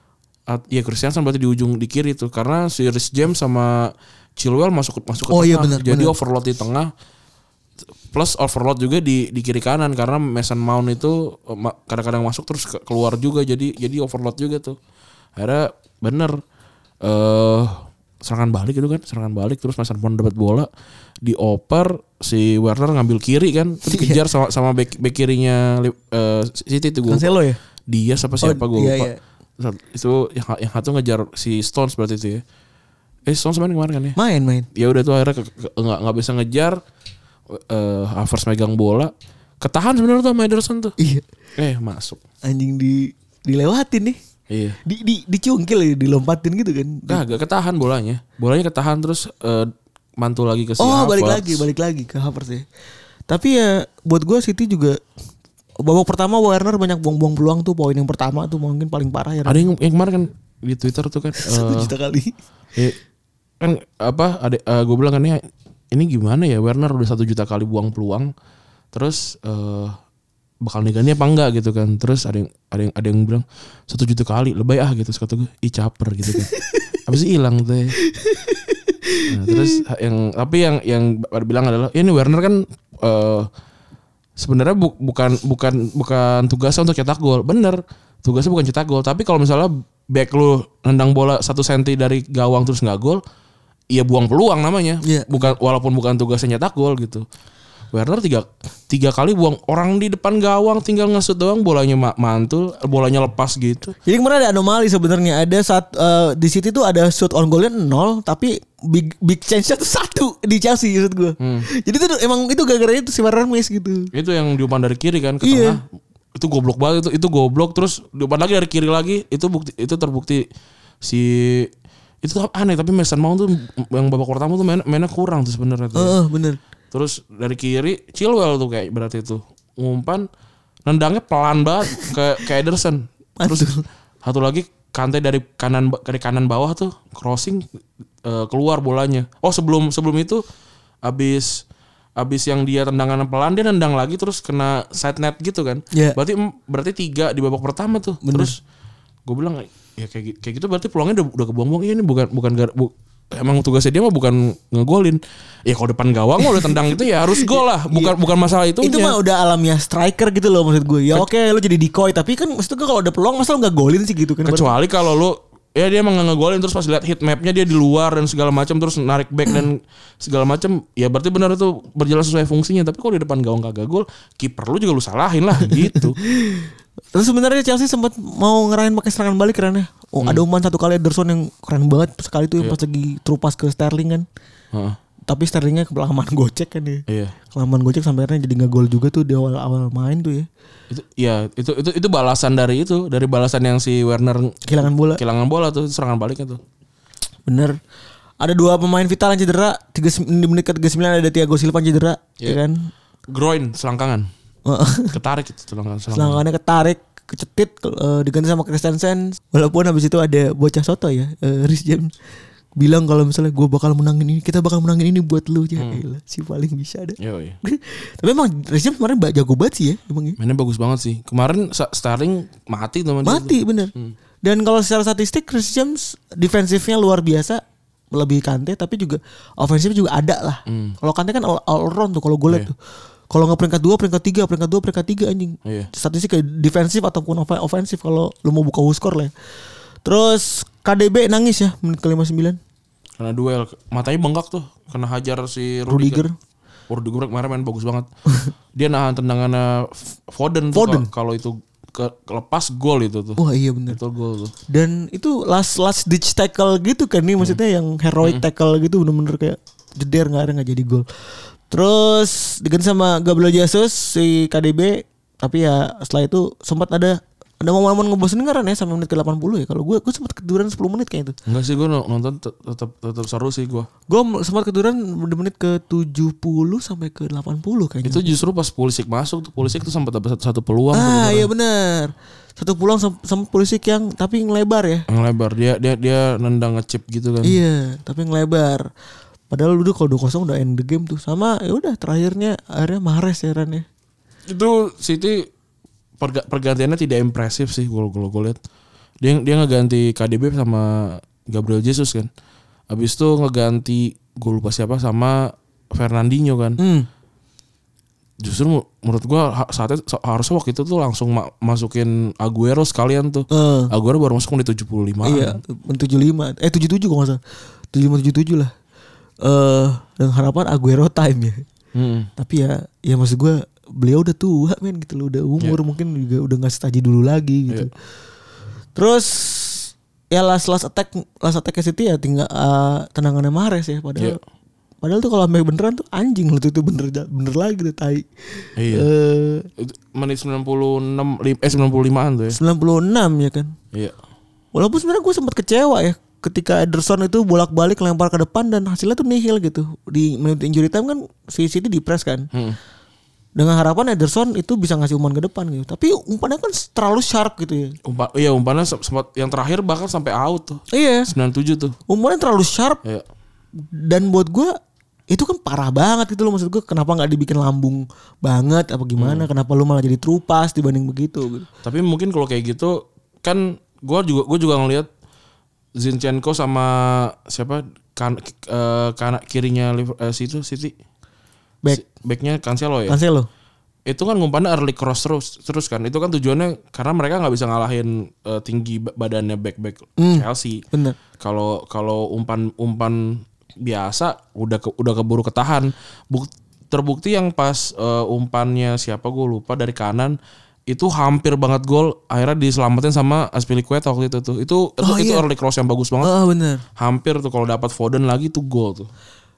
Iya Christiansen berarti di ujung di kiri tuh karena si Reece James sama Chilwell masuk masuk ke oh, tengah. Iya bener, jadi bener. overload di tengah. Plus overload juga di di kiri kanan karena Mason Mount itu kadang-kadang masuk terus keluar juga jadi jadi overload juga tuh. Akhirnya bener Uh, serangan balik itu kan serangan balik terus Mason Mount dapat bola dioper si Werner ngambil kiri kan terus dikejar sama sama back, back kirinya uh, City itu gue Cancelo ya dia siapa siapa oh, gue iya, lupa iya. Itu yang yang satu ngejar si Stones berarti itu ya eh Stones main kemarin kan ya main main ya udah tuh akhirnya nggak nggak bisa ngejar uh, Havertz megang bola ketahan sebenarnya tuh sama Ederson tuh iya eh masuk anjing di dilewatin nih. Iya. Di di dicungkil ya, dilompatin gitu kan. Kagak ketahan bolanya. Bolanya ketahan terus uh, mantul lagi ke si Oh, Havertz. balik lagi, balik lagi ke Havertz ya. Tapi ya buat gue City juga babak pertama Werner banyak buang-buang peluang tuh, poin yang pertama tuh mungkin paling parah ya. Ada yang, yang kemarin kan di Twitter tuh kan satu uh, juta kali. Ya, kan apa ada uh, gue bilang kan ya ini gimana ya Werner udah satu juta kali buang peluang. Terus uh, bakal diganti apa enggak gitu kan. Terus ada yang ada yang ada yang bilang satu juta kali lebay ah gitu. Terus kata gue ih caper gitu kan. Habis hilang tuh. Nah, terus yang tapi yang yang bilang adalah ya ini Werner kan uh, sebenarnya bu, bukan bukan bukan tugasnya untuk cetak gol. Bener, tugasnya bukan cetak gol. Tapi kalau misalnya back lu nendang bola satu senti dari gawang terus nggak gol, ya buang peluang namanya. Yeah. Bukan walaupun bukan tugasnya nyetak gol gitu. Werner tiga, tiga kali buang orang di depan gawang tinggal ngesut doang bolanya mantul, bolanya lepas gitu. Jadi kemarin ada anomali sebenarnya. Ada saat uh, di City tuh ada shoot on goalnya nol tapi big big chance-nya tuh satu di Chelsea maksud gue. Hmm. Jadi tuh emang itu gara-gara itu si Werner miss gitu. Itu yang diumpan dari kiri kan ke iya. tengah. Itu goblok banget itu. Itu goblok terus diumpan lagi dari kiri lagi. Itu bukti itu terbukti si itu aneh tapi Mason Mount tuh yang babak pertama tuh main, mainnya kurang tuh sebenarnya tuh. Heeh, uh, bener. Terus dari kiri Chilwell tuh kayak berarti itu ngumpan nendangnya pelan banget ke ke Ederson. Terus Aduh. Satu lagi Kante dari kanan dari kanan bawah tuh crossing uh, keluar bolanya. Oh sebelum sebelum itu abis abis yang dia tendangan pelan dia nendang lagi terus kena side net gitu kan. Yeah. Berarti berarti tiga di babak pertama tuh. Bener. Terus gue bilang ya kayak kayak gitu berarti peluangnya udah udah kebuang-buang. Ini bukan bukan bu, emang tugasnya dia mah bukan ngegolin. Ya kalau depan gawang udah tendang itu ya harus gol lah. Bukan yeah. bukan masalah itu. Itu mah udah alamnya striker gitu loh maksud gue. Ya oke okay, lu jadi decoy tapi kan maksud gue kalau ada peluang masa lu enggak golin sih gitu kan. Kecuali kalau lu ya dia emang ngegolin terus pas lihat heat mapnya dia di luar dan segala macam terus narik back dan segala macam ya berarti benar itu berjalan sesuai fungsinya. Tapi kalau di depan gawang kagak gol, kiper lu juga lu salahin lah gitu. Terus sebenarnya Chelsea sempat mau ngerahin pakai serangan balik karena oh hmm. ada umpan satu kali Ederson yang keren banget sekali tuh yang yeah. pas lagi terupas ke Sterling kan. Huh. Tapi Sterlingnya kelamaan gocek kan ya. Iya. Kelamaan gocek sampai akhirnya jadi nggak gol juga tuh di awal-awal main tuh ya. Itu ya itu itu itu balasan dari itu dari balasan yang si Werner kehilangan bola. Kehilangan bola tuh serangan baliknya tuh. Bener. Ada dua pemain vital yang cedera. Tiga di menit ke tiga puluh sembilan ada Thiago Silva yang cedera, yeah. ya kan? Groin selangkangan. Ketarik itu selangkangan. Selangkangannya ketarik. kecetit uh, diganti sama Christensen. Walaupun habis itu ada bocah soto ya, uh, Reece James bilang kalau misalnya gue bakal menangin ini, kita bakal menangin ini buat lu ya. Hmm. Gila, si paling bisa deh. Yo, iya. Tapi emang Reece James kemarin jago banget sih ya, emang ya. Mainnya bagus banget sih. Kemarin Sterling mati teman. Mati dia bener. Hmm. Dan kalau secara statistik Reece James defensifnya luar biasa, lebih Kante, tapi juga ofensifnya juga ada lah. Hmm. Kalau Kante kan all, all round tuh kalau gue liat yeah. tuh. Kalau nggak peringkat dua, peringkat tiga, peringkat dua, peringkat tiga anjing. Yeah. Statistik kayak defensif ataupun ofensif kalau lu mau buka skor lah. Ya. Terus K D B nangis ya menit ke lima puluh sembilan. Karena duel matanya bengkak tuh, kena hajar si Rudiger. Rudiger kemarin main bagus banget. Dia nahan tendangannya Foden, Foden. Kalau itu ke lepas gol itu tuh. Wah iya benar. Itu gol tuh. Dan itu last last ditch tackle gitu kan nih, maksudnya hmm. yang heroic hmm. tackle gitu bener-bener kayak jeder nggak ada nggak jadi gol. Terus diganti sama Gabriel Jesus si K D B, tapi ya setelah itu sempat ada ada momen-momen ngebosenin kan ya sampai menit ke delapan puluh ya. Kalau gue gue sempat ketiduran sepuluh menit kayak itu. Enggak sih, gue nonton tetap tetap seru sih gue. Gue sempat ketiduran di menit ke tujuh puluh sampai ke delapan puluh kayaknya. Itu justru pas Pulisic masuk tuh, Pulisic tuh sempat dapat satu, satu peluang. Ah iya benar. Satu peluang sama Pulisic yang tapi ngelebar ya. Ngelebar, dia dia dia nendang ngechip gitu kan. Iya, tapi ngelebar. Padahal udah kalau dua kosong udah end the game tuh. Sama ya udah terakhirnya akhirnya Mahrez ya Ran ya. Itu City Perga- pergantiannya tidak impresif sih kalau kalau gue lihat. Dia dia ngeganti K D B sama Gabriel Jesus kan. Habis itu ngeganti gue lupa siapa sama Fernandinho kan. Hmm. Justru menurut gue saatnya harusnya waktu itu tuh langsung ma- masukin Aguero sekalian tuh. Uh. Aguero baru masuk di tujuh puluh lima. Iya, tujuh puluh lima. Eh tujuh puluh tujuh kalau enggak salah. tujuh puluh lima tujuh puluh tujuh lah. Eh uh, dengan harapan Aguero time ya. Hmm. Tapi ya ya maksud gue beliau udah tua men gitu loh, udah umur yeah. mungkin juga udah nggak setaji dulu lagi gitu. Yeah. Terus ya last last attack last attack City ya tinggal uh, tendangannya Mahrez ya padahal yeah. padahal tuh kalau sampai beneran tuh anjing loh tuh, itu bener bener lagi tuh tai. Iya. Uh, menit sembilan puluh enam eh sembilan puluh limaan tuh ya. sembilan puluh enam ya kan. Iya. Yeah. Walaupun sebenarnya gue sempat kecewa ya ketika Ederson itu bolak-balik lempar ke depan dan hasilnya tuh nihil gitu. Di menit injury time kan si City di press kan. Hmm. Dengan harapan Ederson itu bisa ngasih umpan ke depan gitu. Tapi umpannya kan terlalu sharp gitu ya. Umpan, iya umpannya sempat yang terakhir bahkan sampai out tuh. Iya. sembilan puluh tujuh tuh. Umpannya terlalu sharp. Iya. Dan buat gue itu kan parah banget gitu loh. Maksud gue kenapa gak dibikin lambung banget apa gimana. Hmm. Kenapa lu malah jadi true pass dibanding begitu gitu. Tapi mungkin kalau kayak gitu kan gue juga gue juga ngelihat Zinchenko sama siapa kan uh, kanan kirinya uh, situ City. Back. Backnya Cancelo ya. Cancelo. Itu kan ngumpannya early cross terus terus kan. Itu kan tujuannya karena mereka nggak bisa ngalahin uh, tinggi badannya back back mm, Chelsea. Bener. Kalau kalau umpan umpan biasa udah ke, udah keburu ketahan. Buk, terbukti yang pas uh, umpannya siapa gue lupa dari kanan itu hampir banget gol, akhirnya diselamatin sama Azpilicueta waktu itu tuh. Itu oh, itu iya. early cross yang bagus banget. Oh bener. Hampir tuh kalau dapat Foden lagi tuh gol tuh.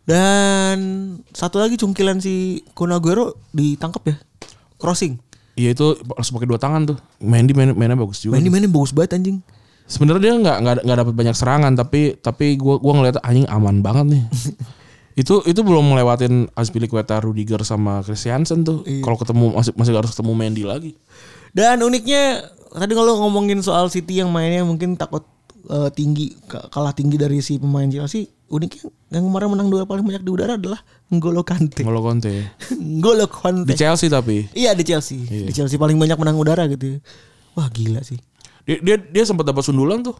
Dan satu lagi cungkilan si Kun Aguero ditangkap ya, crossing. Iya itu harus pakai dua tangan tuh. Mendy main, mainnya bagus juga. Mendy mainnya bagus banget anjing. Sebenarnya dia nggak nggak nggak dapat banyak serangan tapi tapi gua gua ngeliat anjing aman banget nih. itu itu belum melewatin Azpilicueta, Rudiger sama Christiansen tuh. Iya. Kalau ketemu masih masih harus ketemu Mendy lagi. Dan uniknya tadi kalau ngomongin soal City yang mainnya mungkin takut uh, tinggi kalah tinggi dari si pemain Chelsea. Uniknya yang kemarin menang dua paling banyak di udara adalah N'Golo Kante. N'Golo Kante. N'Golo Kante. Di Chelsea tapi. Iya di Chelsea. Iya. Di Chelsea paling banyak menang udara gitu. Wah gila sih. Dia dia, dia sempat dapat sundulan tuh.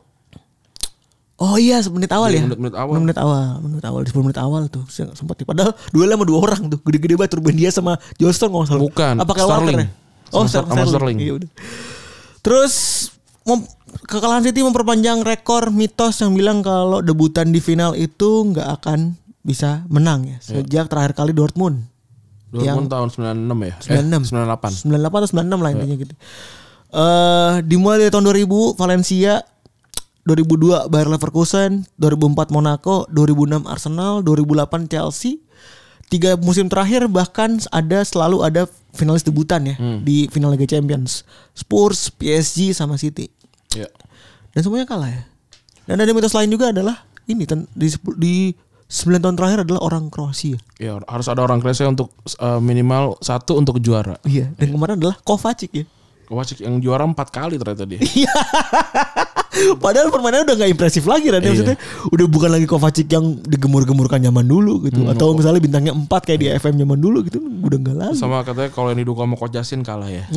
Oh iya menit awal ya. Menit, menit awal. Menit awal. Menit awal di sepuluh menit awal tuh sempat. Padahal duel sama dua orang tuh. Gede-gede banget Ruben Dias sama Johnston kalau salah. Bukan. Apa kayak Walker ya? Oh sama Sterling. Sterling. Iya udah. Terus mem- kekalahan City memperpanjang rekor mitos yang bilang kalau debutan di final itu nggak akan bisa menang ya sejak yeah. terakhir kali Dortmund. Dortmund yang tahun sembilan puluh enam ya? sembilan puluh enam. Eh, sembilan puluh delapan. sembilan puluh delapan atau sembilan puluh enam lah intinya yeah. gitu. Uh, dimulai dari tahun dua ribu Valencia, dua ribu dua Bayer Leverkusen, dua ribu empat Monaco, dua ribu enam Arsenal, dua ribu delapan Chelsea. Tiga musim terakhir bahkan ada selalu ada finalis debutan ya hmm. di final Liga Champions. Spurs, P S G sama City. Yeah. Dan semuanya kalah ya. Dan ada mitos lain juga adalah ini di di sembilan tahun terakhir adalah orang Kroasia. Ya harus ada orang Kroasia untuk uh, minimal satu untuk juara. Iya. Dan yeah. kemarin adalah Kovacic ya. Kovacic yang juara empat kali ternyata dia. Iya. Padahal permainannya udah gak impresif lagi kan. Maksudnya udah bukan lagi Kovacic yang digemur-gemurkan zaman dulu gitu. Hmm, Atau misalnya bintangnya empat kayak di F M zaman dulu gitu. Udah gak lagi. Sama katanya kalau yang didukung sama Coach Justin kalah ya.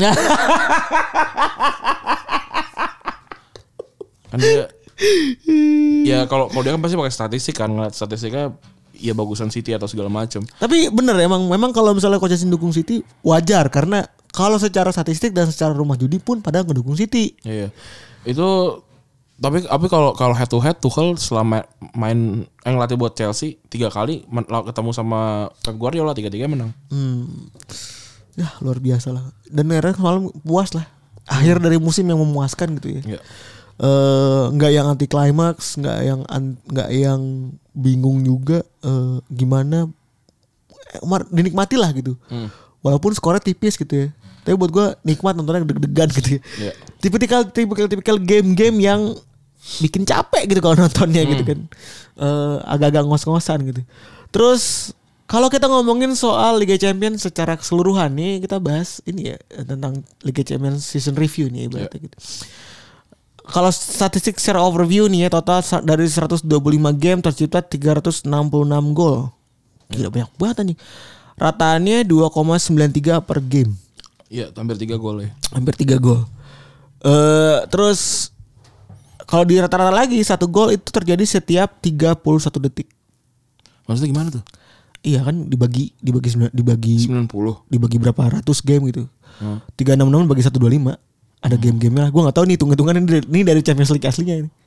Kan dia ya kalau kalau dia kan pasti pakai statistik kan, ngeliat statistiknya ya bagusan City atau segala macam. Tapi bener emang memang kalau misalnya Coach Justin dukung City wajar karena kalau secara statistik dan secara rumah judi pun pada ngedukung City. Iya. Itu tapi tapi kalau kalau head to head Tuchel selama main yang latih buat Chelsea tiga kali men, ketemu sama Pep Guardiola tiga-tiga menang. Hmm. Ya luar biasa lah. Dan akhirnya semalam puas lah. Akhir dari musim yang memuaskan gitu ya. Iya. Uh, nggak yang anti klimaks, nggak yang nggak yang bingung juga uh, gimana, Umar dinikmati lah gitu, hmm. walaupun skornya tipis gitu ya, tapi buat gue nikmat nontonnya deg-degan gitu ya. Yeah. Tipikal tipikal tipikal game-game yang bikin capek gitu kalau nontonnya hmm. gitu kan, uh, agak-agak ngos-ngosan gitu. Terus kalau kita ngomongin soal Liga Champions secara keseluruhan nih, kita bahas ini ya tentang Liga Champions season review nih ibaratnya yeah. gitu. Kalau statistik secara overview nih ya, total dari seratus dua puluh lima game tercipta tiga ratus enam puluh enam gol. Gila banyak banget anjing. Rataannya dua koma sembilan tiga per game. Iya, hampir tiga gol ya. Hampir tiga gol. Uh, terus kalau di rata-rata lagi satu gol itu terjadi setiap tiga puluh satu detik. Maksudnya gimana tuh? Iya kan dibagi dibagi dibagi sembilan puluh. Dibagi berapa ratus game gitu. Hmm. tiga ratus enam puluh enam bagi seratus dua puluh lima. Ada hmm. game-game lah. Gue gak tahu nih hitung-hitungan ini, ini dari Champions League aslinya ini.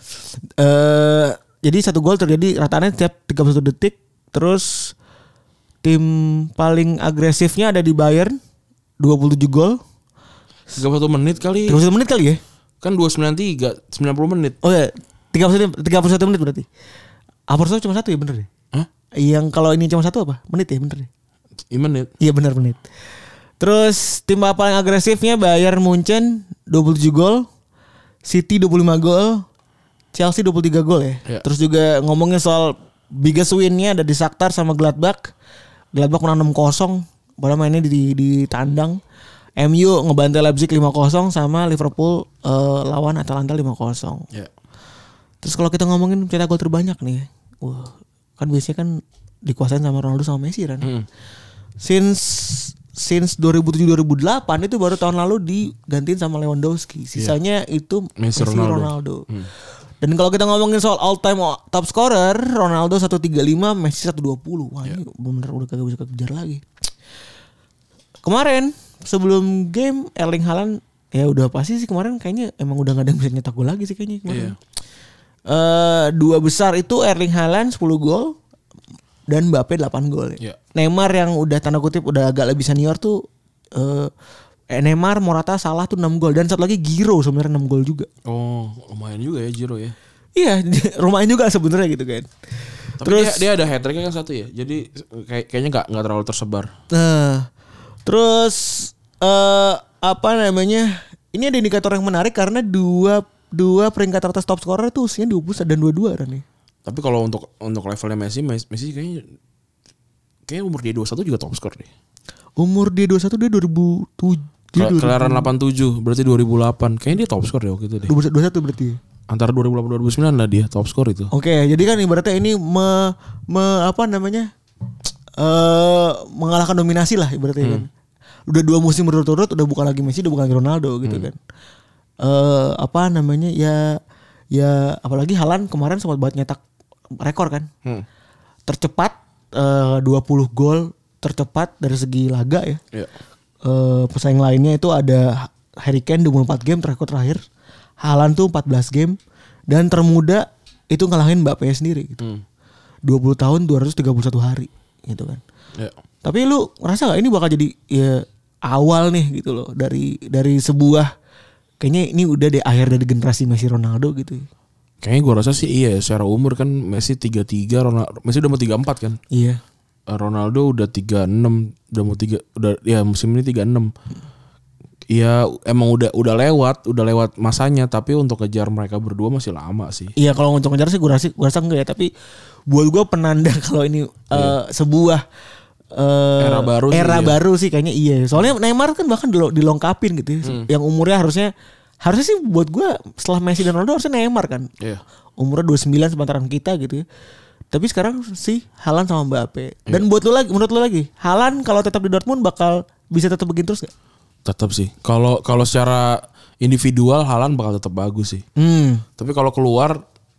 Uh, jadi satu gol terjadi rataannya setiap tiga puluh satu detik. Terus tim paling agresifnya ada di Bayern dua puluh tujuh gol. tiga puluh satu menit kali. tiga puluh satu menit kali ya? Kan dua ratus sembilan puluh tiga, sembilan puluh menit. Oh ya, tiga puluh satu menit berarti. Aporso cuma satu ya bener ya? Hah? Yang kalau ini cuma satu apa? Menit ya bener ya? Iya menit. Iya bener menit. Terus tim paling agresifnya Bayern Munchen dua puluh tujuh gol, City dua puluh lima gol, Chelsea dua puluh tiga gol ya. Yeah. Terus juga ngomongin soal biggest win-nya ada di Shakhtar sama Gladbach. Gladbach menang enam kosong, padahal mainnya di di tandang. M U ngebantai Leipzig lima kosong sama Liverpool uh, lawan Atalanta lima kosong. Yeah. Terus kalau kita ngomongin cetak gol terbanyak nih. Wah, kan biasanya kan dikuasain sama Ronaldo sama Messi kan. Mm. Since Since dua ribu tujuh dua ribu delapan itu baru tahun lalu digantiin sama Lewandowski. Sisanya yeah. itu Messi, Messi Ronaldo. Ronaldo. Hmm. Dan kalau kita ngomongin soal all time top scorer, Ronaldo seratus tiga puluh lima, Messi seratus dua puluh. Wah, yeah. ini benar udah kagak bisa kejar lagi. Kemarin sebelum game Erling Haaland ya udah pasti sih kemarin kayaknya emang udah gak ada yang bisa nyetak gol lagi sih kayaknya kemarin. Yeah. Uh, dua besar itu Erling Haaland sepuluh gol. Dan Mbappe delapan gol. Ya. Neymar yang udah tanda kutip udah agak lebih senior tuh uh, Neymar, Morata, Salah tuh enam gol dan satu lagi Giroud sebenarnya enam gol juga. Oh, lumayan juga ya Giroud ya. Iya, lumayan juga sebenarnya gitu kan. Tapi terus dia, dia ada hat-trick kan satu ya. Jadi kayak kayaknya enggak enggak terlalu tersebar. Nah, terus uh, apa namanya? Ini ada indikator yang menarik karena dua dua peringkat atas top scorer tuh usianya dua puluh dan dua puluh dua kan nih. Tapi kalau untuk untuk levelnya Messi, Messi kayaknya kayaknya umur dia dua puluh satu juga top skor deh. Umur dia dua puluh satu dia dua ribu tujuh. Kelahiran delapan puluh tujuh berarti dua ribu delapan. Kayaknya dia top skor deh waktu itu deh. dua puluh satu berarti. Antara dua ribu delapan dua ribu sembilan lah dia top skor itu. Oke, jadi kan ibaratnya ini me, me apa namanya? Uh, mengalahkan dominasi lah ibaratnya hmm. kan. Udah dua musim berturut-turut udah bukan lagi Messi, udah bukan lagi Ronaldo gitu hmm. kan. Uh, apa namanya? Ya ya apalagi Haaland kemarin sempat buat nyetak rekor kan. Hmm. Tercepat uh, dua puluh gol tercepat dari segi laga ya. Yeah. Uh, pesaing lainnya itu ada Harry Kane dua puluh empat game rekor terakhir. Haaland tuh empat belas game dan termuda itu ngalahin Mbappe sendiri gitu. Hmm. dua puluh tahun dua ratus tiga puluh satu hari gitu kan. Yeah. Tapi lu ngerasa enggak ini bakal jadi ya awal nih gitu loh dari dari sebuah kayaknya ini udah deh akhir dari generasi Messi Ronaldo gitu. Kayaknya gue rasa sih iya secara umur kan Messi tiga puluh tiga, Ronaldo Messi udah mau tiga puluh empat kan? Iya. Ronaldo udah tiga puluh enam, udah mau tiga udah ya musim ini tiga puluh enam. Iya emang udah udah lewat, udah lewat masanya tapi untuk kejar mereka berdua masih lama sih. Iya kalau untuk kejar sih gue rasa gue rasa enggak ya, tapi buat gue penanda kalau ini yeah. uh, sebuah uh, era baru sih, era iya. baru sih kayaknya iya. Soalnya Neymar kan bahkan dilo- dilengkapin gitu ya. Hmm. Yang umurnya harusnya harusnya sih buat gue setelah Messi dan Ronaldo harusnya Neymar kan. Iya. Umurnya dua puluh sembilan sepantaran kita gitu ya. Tapi sekarang sih Haaland sama Mbappe. Dan iya. buat lo lagi, menurut lo lagi, Haaland kalau tetap di Dortmund bakal bisa tetap begini terus gak? Tetap sih. Kalau kalau secara individual Haaland bakal tetap bagus sih. Hmm. Tapi kalau keluar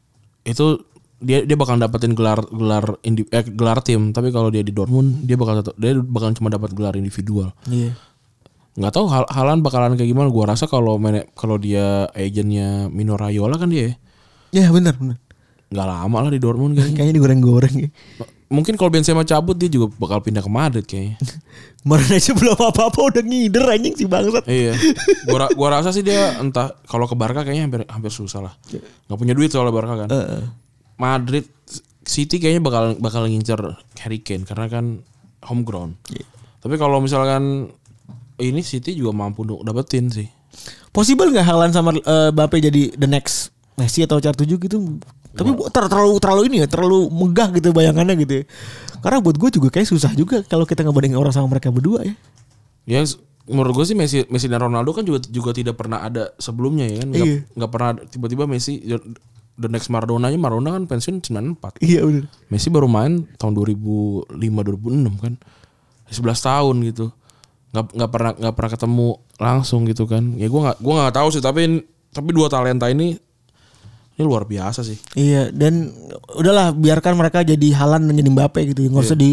itu dia dia bakal dapetin gelar gelar indi, eh, gelar tim. Tapi kalau dia di Dortmund dia bakal tetap dia bakal cuma dapat gelar individual. Iya. Nggak tahu Haaland bakalan kayak gimana. Gua rasa kalau kalau dia agennya Mino Raiola kan dia. Ya benar benar. Nggak lama lah di Dortmund kayaknya. Kayaknya digoreng-goreng ya. Mungkin kalau Benzema cabut dia juga bakal pindah ke Madrid kayaknya. Kemarin aja belum apa-apa udah ngider anjing si bangsat. Iya. Gua gua rasa sih dia entah kalau ke Barca kayaknya hampir hampir susah lah. Nggak punya duit soalnya Barca kan. Uh. Madrid City kayaknya bakal bakal ngincer Harry Kane karena kan homegrown. Yeah. Tapi kalau misalkan ini City juga mampu dapetin sih. Possible nggak Haaland sama uh, Mbappe jadi the next Messi atau C R tujuh gitu? Tapi ter- terlalu terlalu ini ya, terlalu megah gitu bayangannya gitu ya. Karena buat gue juga kayak susah juga kalau kita ngebandingin orang sama mereka berdua ya. Ya menurut gue sih Messi Messi dan Ronaldo kan juga juga tidak pernah ada sebelumnya ya kan. Nggak, iya. nggak pernah tiba-tiba Messi the next Maradona nya Maradona kan pensiun sembilan puluh empat. Iya benar. Messi baru main tahun dua ribu lima dua ribu enam kan. sebelas tahun gitu. Nggak nggak pernah nggak pernah ketemu langsung gitu kan. Ya gue nggak gue nggak tahu sih tapi tapi dua talenta ini ini luar biasa sih. Iya dan udahlah biarkan mereka jadi Haaland dan jadi Mbappe gitu. Nggak usah yeah. di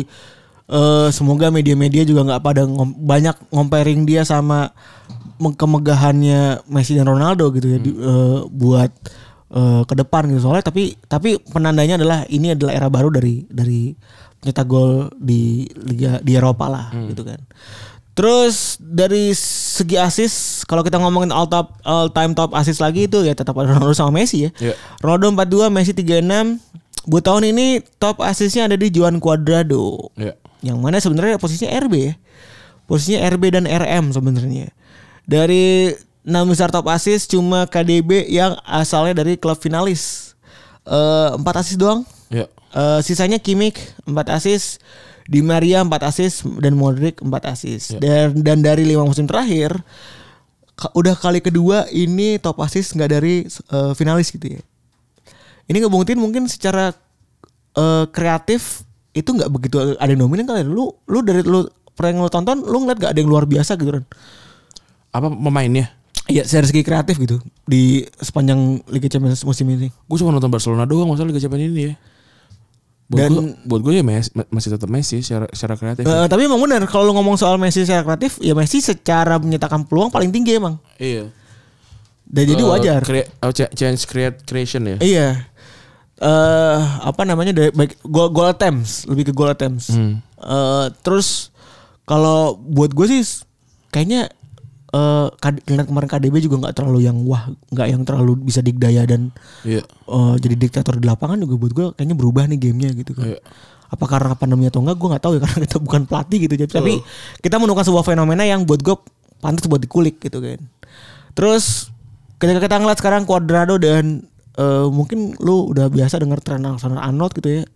uh, semoga media-media juga nggak pada ngom, banyak ngomparing dia sama kemegahannya Messi dan Ronaldo gitu ya hmm. di, uh, buat uh, ke depan gitu soalnya. Tapi tapi penandanya adalah ini adalah era baru dari dari pencetak gol di liga di Eropa lah hmm. gitu kan. Terus dari segi assist kalau kita ngomongin all top all time top assist lagi itu ya tetap ada Ronaldo sama Messi ya. Yeah. Ronaldo empat puluh dua, Messi tiga puluh enam. Buat tahun ini top assistnya ada di Joan Cuadrado. Yeah. Yang mana sebenarnya posisinya R B ya. Posisinya R B dan R M sebenarnya. Dari enam besar top assist cuma K D B yang asalnya dari klub finalis. Uh, empat assist doang. Yeah. Uh, sisanya Kimmich empat assist. Di Maria empat assist dan Modric empat assist. Ya. Dan dan dari lima musim terakhir ka, udah kali kedua ini top assist enggak dari uh, finalis gitu ya. Ini ngebuktiin mungkin secara uh, kreatif itu enggak begitu ada yang dominan kali ya. Lu lu dari lu pernah lu tonton lu ngeliat enggak ada yang luar biasa gitu kan. Apa pemainnya? Iya, dari segi kreatif gitu di sepanjang Liga Champions musim ini. Gue cuma nonton Barcelona doang masalah Liga Champions ini ya. Buat dan gue, buat gue ya Messi, masih tetap Messi secara, secara kreatif. Uh, ya. Tapi emang benar kalau lu ngomong soal Messi secara kreatif, ya Messi secara menyatakan peluang paling tinggi emang. Iya. Dan uh, jadi wajar. Crea- oh, chance create creation ya. Iya. Uh, apa namanya dari baik goal goal attempts, lebih ke goal attempts. Hmm. Uh, terus kalau buat gue sih kayaknya Uh, kemarin K D B juga nggak terlalu yang wah, nggak yang terlalu bisa dikdaya dan yeah. uh, jadi diktator di lapangan juga buat gue kayaknya berubah nih gamenya gitu kan. Yeah. Apa karena pandemi atau enggak gue nggak tahu ya karena kita bukan pelatih gitu. Tapi uh. kita menemukan sebuah fenomena yang buat gue pantas buat dikulik gitu kan. Terus ketika kita ngeliat sekarang Cuadrado dan uh, mungkin lu udah biasa dengar tren Alexander Arnold gitu ya.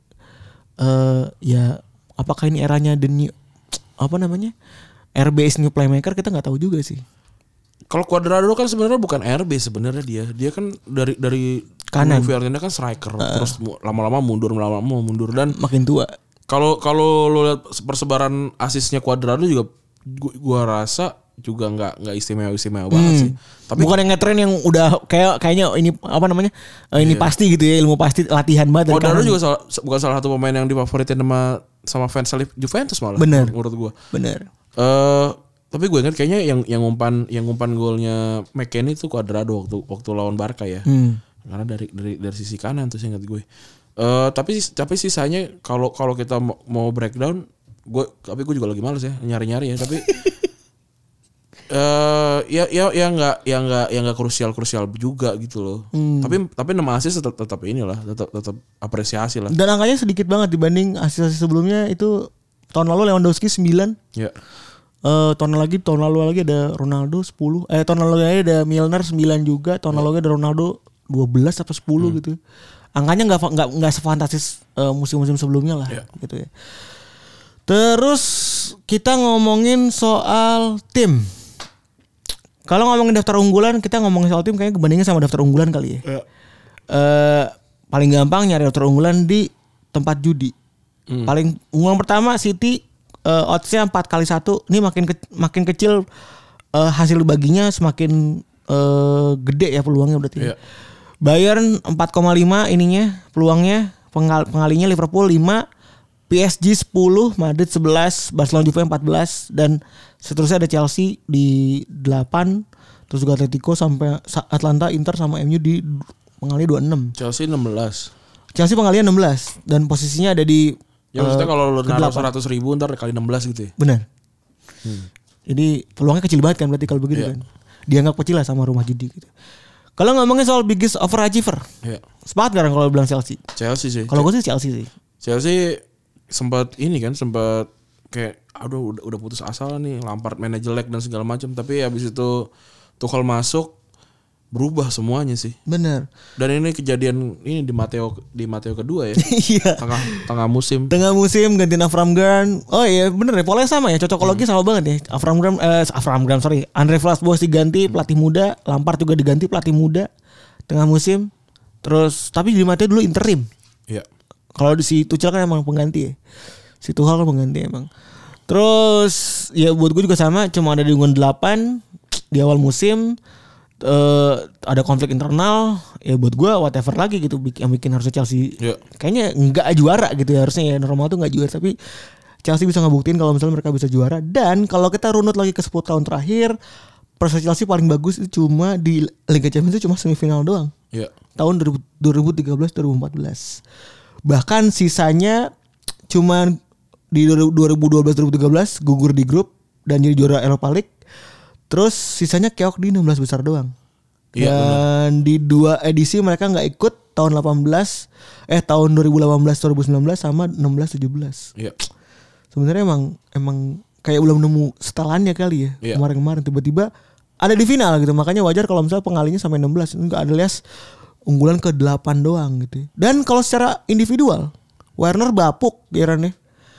Uh, ya apakah ini eranya the new apa namanya? R B is new playmaker kita nggak tahu juga sih. Kalau Cuadrado kan sebenarnya bukan R B sebenarnya dia. Dia kan dari dari kanan. Fiorentina kan striker. Uh. Terus lama-lama mundur, lama-lama mundur dan makin tua. Kalau kalau lo lihat persebaran asisnya Cuadrado juga gua, gua rasa juga nggak nggak istimewa istimewa hmm. banget sih. Tapi bukan yang ngetren yang udah kayak kayaknya ini apa namanya uh, ini iya. pasti gitu ya ilmu pasti latihan banget. Cuadrado juga salah, bukan salah satu pemain yang difavoritin sama sama fans Juventus malah. Bener. Menurut gua. Bener. Uh, tapi gue ingat kayaknya yang yang umpan yang umpan golnya McKennie itu Cuadrado waktu waktu lawan Barca ya. Hmm. Karena dari dari dari sisi kanan tuh saya ingat gue. Uh, tapi tapi sisanya kalau kalau kita mau, mau breakdown, gue tapi gue juga lagi males ya nyari-nyari ya. Tapi uh, ya ya ya nggak ya nggak ya nggak krusial krusial juga gitu loh. Hmm. Tapi tapi nama asis tetap tetap inilah tetap tetap apresiasi lah. Dan angkanya sedikit banget dibanding asis sebelumnya itu tahun lalu Lewandowski sembilan. Ya. Uh, tahun lagi tahun lalu lagi ada Ronaldo sepuluh. Eh tahun lalu lagi ada Milner sembilan juga. Tahun lalu lagi ada Ronaldo dua belas atau sepuluh hmm. gitu. Angkanya enggak enggak enggak sefantastis uh, musim-musim sebelumnya lah yeah. gitu ya. Terus kita ngomongin soal tim. Kalau ngomongin daftar unggulan, kita ngomongin soal tim kayaknya kebandingin sama daftar unggulan kali ya. Ya. Uh, paling gampang nyari daftar unggulan di tempat judi. Hmm. Paling unggulan pertama City uh, oddsnya empat kali satu. Ini makin ke, makin kecil uh, hasil baginya semakin uh, gede ya peluangnya berarti. Ya. Bayern empat koma lima ininya peluangnya, pengal, pengalinya Liverpool lima, P S G sepuluh, Madrid sebelas, Barcelona Juve empat belas, dan seterusnya ada Chelsea di delapan, terus juga Atletico sampai Atlanta, Inter sama M U di pengalinya dua puluh enam. Chelsea enam belas. Chelsea pengalinya enam belas dan posisinya ada di ya maksudnya uh, kalau lu naruh seratus ribu ntar kali enam belas gitu ya. Benar. Hmm. Jadi peluangnya kecil banget kan berarti kalau begitu yeah. kan. Dianggap kecil lah sama rumah judi gitu. Kalau ngomongin soal biggest overachiever. Yeah. Sepakat gak kalau bilang Chelsea? Chelsea sih. Kalau gue sih Chelsea sih. Chelsea sempat ini kan sempat kayak aduh udah, udah putus asa nih, Lampard mainnya jelek dan segala macam, tapi habis itu Tuchel masuk berubah semuanya sih. Bener. Dan ini kejadian ini di Matteo di Matteo kedua ya. Iya. tengah tengah musim. Tengah musim gantiin Avram Grant. Oh iya bener ya, polanya sama ya, cocokologi hmm. sama banget ya. Avram Grant eh Avram Grant sorry, Andre Villas-Boas diganti pelatih muda, Lampard juga diganti pelatih muda tengah musim. Terus tapi di Matteo dulu interim. Iya. Kalau di si Tuchel kan emang pengganti ya. Si Tuchel kan pengganti emang. Terus ya buat gue juga sama, cuma ada di unggulan delapan di awal musim. Uh, ada konflik internal. Ya buat gue whatever lagi gitu yang bikin harusnya Chelsea yeah. kayaknya nggak juara gitu ya, harusnya ya normal tuh nggak juara, tapi Chelsea bisa ngebuktiin kalau misalnya mereka bisa juara. Dan kalau kita runut lagi ke sepuluh tahun terakhir, prestasi Chelsea paling bagus itu cuma di Liga Champions itu cuma semifinal doang yeah. tahun dua ribu tiga belas dua ribu empat belas. Bahkan sisanya cuma di dua ribu dua belas dua ribu tiga belas gugur di grup dan jadi juara Europa League. Terus sisanya keok di enam belas besar doang. Iya, dan bener. Di dua edisi mereka nggak ikut tahun delapan belas eh tahun dua ribu delapan belas dua ribu sembilan belas sama enam belas tujuh belas. Iya. Sebenarnya emang emang kayak belum nemu setelannya kali ya. Iya. Kemarin-kemarin tiba-tiba ada di final gitu. Makanya wajar kalau misalnya pengalinya sampai enam belas. Enggak ada les unggulan ke delapan doang gitu. Dan kalau secara individual, Werner bapuk kira-kira.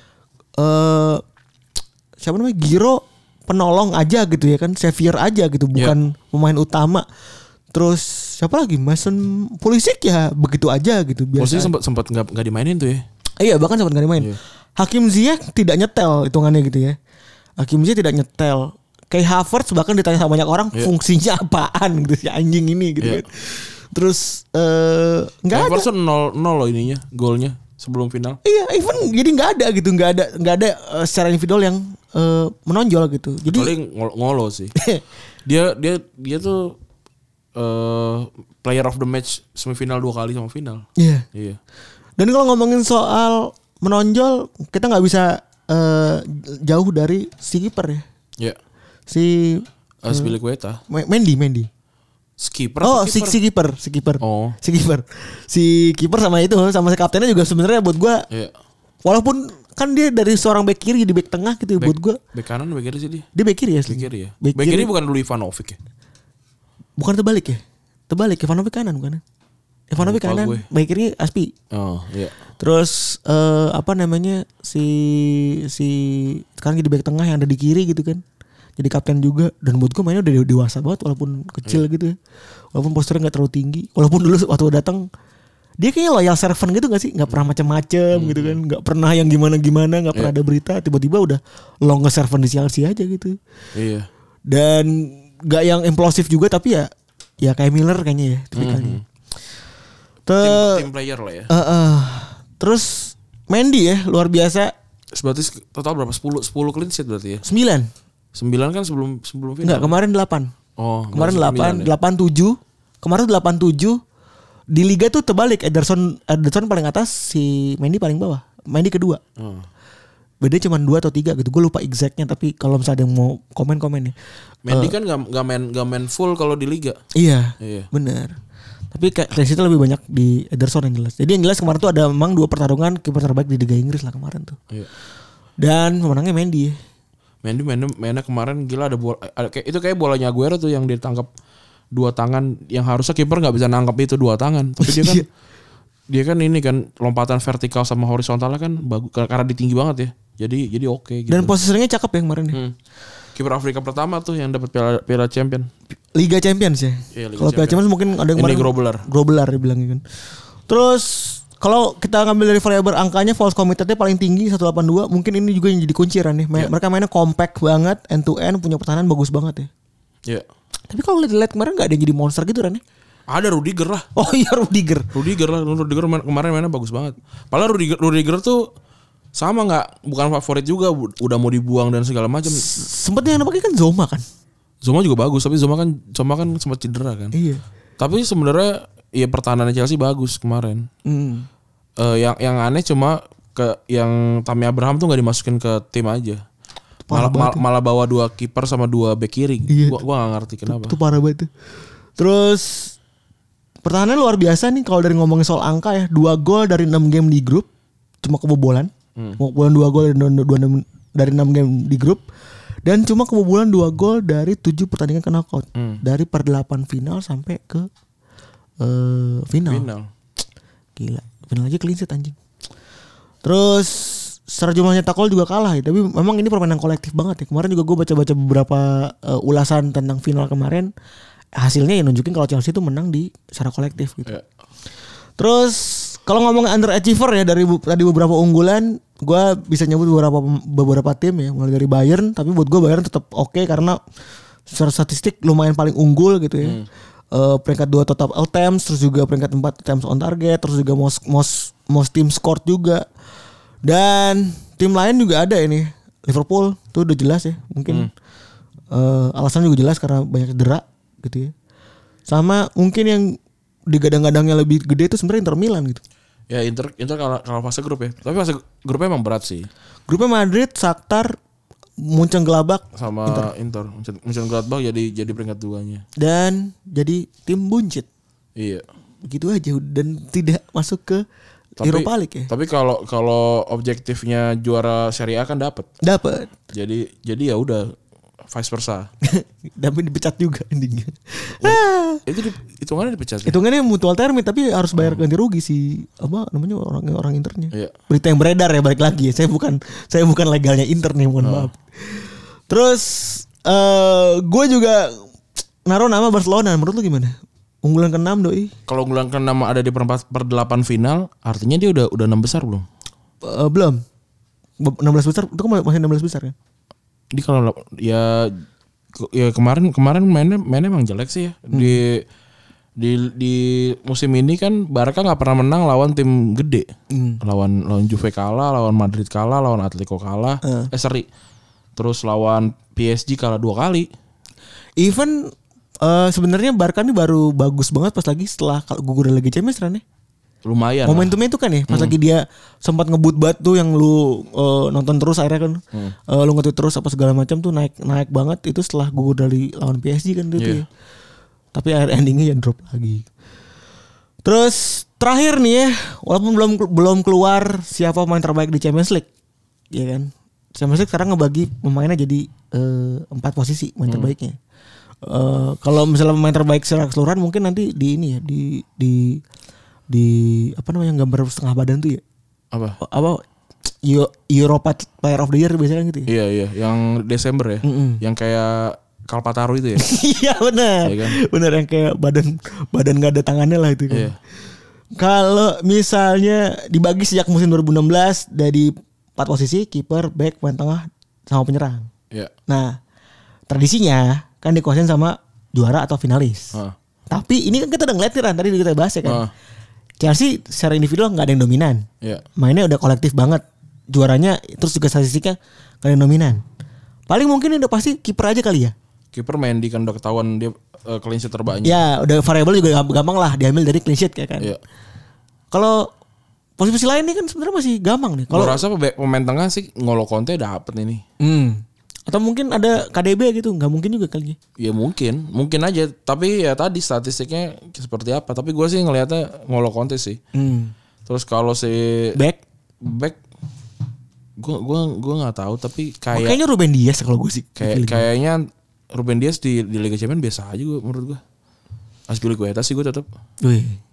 Eh siapa namanya? Giro penolong aja gitu ya kan, Xavier aja gitu, bukan yeah. pemain utama. Terus siapa lagi? Mason Pulisic ya begitu aja gitu biasa. Pulisic sempat sempat nggak nggak dimainin tuh ya. Iya bahkan sempat nggak dimainin. Yeah. Hakim Ziyech tidak nyetel hitungannya gitu ya. Hakim Ziyech tidak nyetel. Kayak Havertz bahkan ditanya sama banyak orang yeah. fungsinya apaan gitu si anjing ini gitu yeah. kan. Terus eh uh, nggak ada. Havertz nol nol loh ininya golnya sebelum final. Iya, even jadi nggak ada gitu, nggak ada nggak ada uh, secara individual yang uh, menonjol gitu. Jadi paling ngolo sih. dia dia dia tuh uh, player of the match semifinal dua kali sama final. Iya. Iya. Dan kalau ngomongin soal menonjol, kita nggak bisa uh, jauh dari si kiper ya. Iya. Si uh, Azpilicueta. Mendy, Mendy. Skipper oh si si kiper si kiper oh. si kiper si kiper sama itu sama si kaptennya juga sebenarnya buat gue yeah. walaupun kan dia dari seorang back kiri jadi back tengah gitu ya, buat gue back kanan back kiri sih dia dia back kiri ya back kiri ya back, back kiri bukan dulu Ivanovic ya bukan terbalik ya terbalik Ivanovic kanan bukan Ivanovic kanan gue. Back kiri Aspi oh iya yeah. Terus uh, apa namanya si si sekarang jadi back tengah yang ada di kiri gitu kan, jadi kapten juga. Dan buat gue mainnya udah dewasa banget walaupun kecil yeah. gitu ya. Walaupun posturnya gak terlalu tinggi. Walaupun dulu waktu datang dia kayaknya loyal servant gitu gak sih? Gak pernah macam-macam hmm. gitu kan. Gak pernah yang gimana-gimana. Gak pernah yeah. ada berita. Tiba-tiba udah long servant di Chelsea aja gitu. Iya yeah. Dan gak yang implosif juga. Tapi ya ya kayak Miller kayaknya ya tipikalnya. Mm-hmm. Te- tim, tim player lah ya. Uh, uh. Terus Mendy ya luar biasa. Berarti total berapa? sepuluh sepuluh clean sheet berarti ya? sembilan sembilan kan sebelum sebelum final. Enggak, kemarin delapan. Oh, kemarin delapan, ya? delapan tujuh. Kemarin delapan tujuh. Di liga tuh terbalik. Ederson Ederson paling atas, si Mendy paling bawah. Mendy kedua. Oh. Beda cuma dua atau tiga gitu. Gue lupa exactnya, tapi kalau misalnya ada yang mau komen-komen ya. Mendy uh, kan enggak enggak main enggak main full kalau di liga. Iya. Iya. Benar. Tapi kayak dari situ lebih banyak di Ederson yang jelas. Jadi yang jelas kemarin tuh ada memang dua pertarungan kiper terbaik di Liga Inggris lah kemarin tuh. Iya. Dan pemenangnya Mendy. Mendy mainnya, mainnya kemarin gila, ada bola ada, kayak itu kayak bolanya Aguero tuh yang ditangkap dua tangan, yang harusnya kiper nggak bisa nangkap itu dua tangan. Tapi dia kan dia kan ini kan lompatan vertikal sama horizontalnya kan bagus karena dia tinggi banget ya. Jadi jadi oke gitu. Dan posisinya cakep ya kemarin ya. Hmm. Kiper Afrika pertama tuh yang dapat piala, piala champion. Liga Champions ya. Iya, Liga Kalau Piala Champions. Champions mungkin ada yang Ini kemarin Grobler. Grobler dibilangin kan. Terus kalau kita ngambil dari variabel angkanya false committed-nya paling tinggi seratus delapan puluh dua, mungkin ini juga yang jadi kunci Ran nih. Yeah. Mereka mainnya compact banget, end to end, punya pertahanan bagus banget ya. Iya. Yeah. Tapi kalau lihat kemarin enggak ada yang jadi monster gitu Ran ya. Ada Rudiger lah. Oh iya Rudiger. Rudiger lah, Rudiger main, kemarin mainnya bagus banget. Padahal Rudiger, Rudiger tuh sama nggak, bukan favorit juga, udah mau dibuang dan segala macam. Sempetnya yang pakai kan Zoma kan. Zoma juga bagus, tapi Zoma kan Zoma kan sempat cedera kan. Iya. Tapi sebenarnya ya pertahanan Chelsea bagus kemarin. Hmm. Uh, yang yang aneh cuma ke yang Tammy Abraham tuh nggak dimasukin ke tim aja. Malah, mal, malah bawa dua kiper sama dua bek kiri. Iya. Gua gua gak ngerti kenapa. Itu parah banget tuh. Terus pertahanan luar biasa nih kalau dari ngomongin soal angka ya. Dua gol dari enam game di grup cuma kebobolan. Hmm. Kebobolan dua gol dari enam game di grup. Dan cuma kebobolan dua gol dari tujuh pertandingan ke knockout. Hmm. Dari per delapan final sampai ke uh, final. Final. Gila. Final aja clean sheet anjing. Terus secara jumlah nyetak gol juga kalah ya. Tapi memang ini permainan kolektif banget ya. Kemarin juga gue baca-baca beberapa uh, ulasan tentang final kemarin. Hasilnya ya nunjukin kalau Chelsea itu menang di secara kolektif gitu. Yeah. Terus kalau ngomong underachiever ya dari tadi beberapa unggulan, gue bisa nyebut beberapa beberapa tim ya, mulai dari Bayern. Tapi buat gue Bayern tetap oke okay karena secara statistik lumayan paling unggul gitu ya. Hmm. Uh, peringkat dua total attempts, terus juga peringkat empat attempts on target, terus juga most most most team scored juga. Dan tim lain juga ada ini, Liverpool tuh udah jelas ya, mungkin hmm. uh, alasan juga jelas karena banyak cedera gitu ya. Sama mungkin yang digadang-gadangnya lebih gede itu sebenarnya Inter Milan gitu. Ya Inter Inter kalau kalau fase grup ya. Tapi fase grupnya emang berat sih. Grupnya Madrid, Shakhtar, Mönchengladbach sama Inter. Inter. Mönchengladbach jadi jadi peringkat duanya. Dan jadi tim buncit. Iya. Begitu aja dan tidak masuk ke tapi, Europa League ya. Tapi kalau kalau objektifnya juara Serie A kan dapat. Dapat. Jadi jadi ya udah vice versa. Tapi dipecat juga endingnya. Oh, itu di, hitungannya dipecat. Ya? Hitungannya mutual termit tapi harus bayar ganti rugi si apa namanya orang orang Internya. Iya. Berita yang beredar ya balik lagi ya. Saya bukan saya bukan legalnya Inter nih, mohon oh. maaf. Terus uh, gue juga naruh nama Barcelona. Menurut lu gimana? Unggulan keenam doi. Kalau unggulan keenam ada di perempat per delapan final, artinya dia udah udah enam besar belum? Uh, belum. enam belas besar itu kan masih enam belas besar kan? Di kalau ya ya kemarin kemarin mainnya mainnya emang jelek sih ya. Hmm. Di di di musim ini kan Barca nggak pernah menang lawan tim gede. Hmm. Lawan lawan Juve kalah, lawan Madrid kalah, lawan Atletico kalah. Uh. Eh seri. Terus lawan P S G kalah dua kali. Even uh, sebenarnya Barca ini baru bagus banget pas lagi setelah gugur Liga Champions nih. Lumayan. Momentumnya lah. Itu kan ya pas hmm. lagi dia sempat ngebut batu yang lu uh, nonton terus akhirnya kan hmm. uh, lu ngetweet terus apa segala macam tuh naik naik banget itu setelah gugur dari lawan P S G kan itu yeah. ya. Tapi akhir endingnya ya drop lagi. Terus terakhir nih ya, walaupun belum belum keluar siapa pemain terbaik di Champions League, ya kan? Champions League sekarang ngebagi pemainnya jadi uh, empat posisi pemain hmm. terbaiknya. Uh, kalau misalnya pemain terbaik secara keseluruhan mungkin nanti di ini ya di di di apa namanya gambar setengah badan tuh ya apa apa Europa Player of the Year biasanya gitu ya. Iya iya yang Desember ya. Mm-mm. Yang kayak Kalpataru itu ya. Iya benar. Ya kan? Benar yang kayak badan badan nggak ada tangannya lah itu kan. Iya. Kalau misalnya dibagi sejak musim dua ribu enam belas dari empat posisi kiper, back, pemain tengah sama penyerang. Iya. Nah tradisinya kan dikuasain sama juara atau finalis. Uh. Tapi ini kan kita udah ngeliat kan tadi kita bahas ya kan. Uh. Chelsea secara individual nggak ada yang dominan, yeah. mainnya udah kolektif banget, juaranya terus juga statistiknya nggak ada yang dominan. Paling mungkin udah pasti kiper aja kali ya. Kiper main di kan udah ketahuan dia uh, clean sheet terbanyak. Ya udah variabel juga gampang lah diambil dari clean sheet kayak kan. Yeah. Kalau posisi lain ini kan sebenarnya masih gampang nih. Kalau rasa pemain tengah sih Ngolo Conte dapet ini. Hmm. Atau mungkin ada K D B gitu, nggak mungkin juga kali ya. Ya mungkin, mungkin aja. Tapi ya tadi statistiknya seperti apa. Tapi gue sih ngelihatnya Ngolo Conte sih. Hmm. Terus kalau si back, back, gue gue gue nggak tahu. Tapi kayak kayaknya Ruben Dias kalau gue sih. Kayak kayaknya Ruben Dias di di Liga Champions biasa aja gue menurut gue. Aspilicueta sih gue tetap. Wih,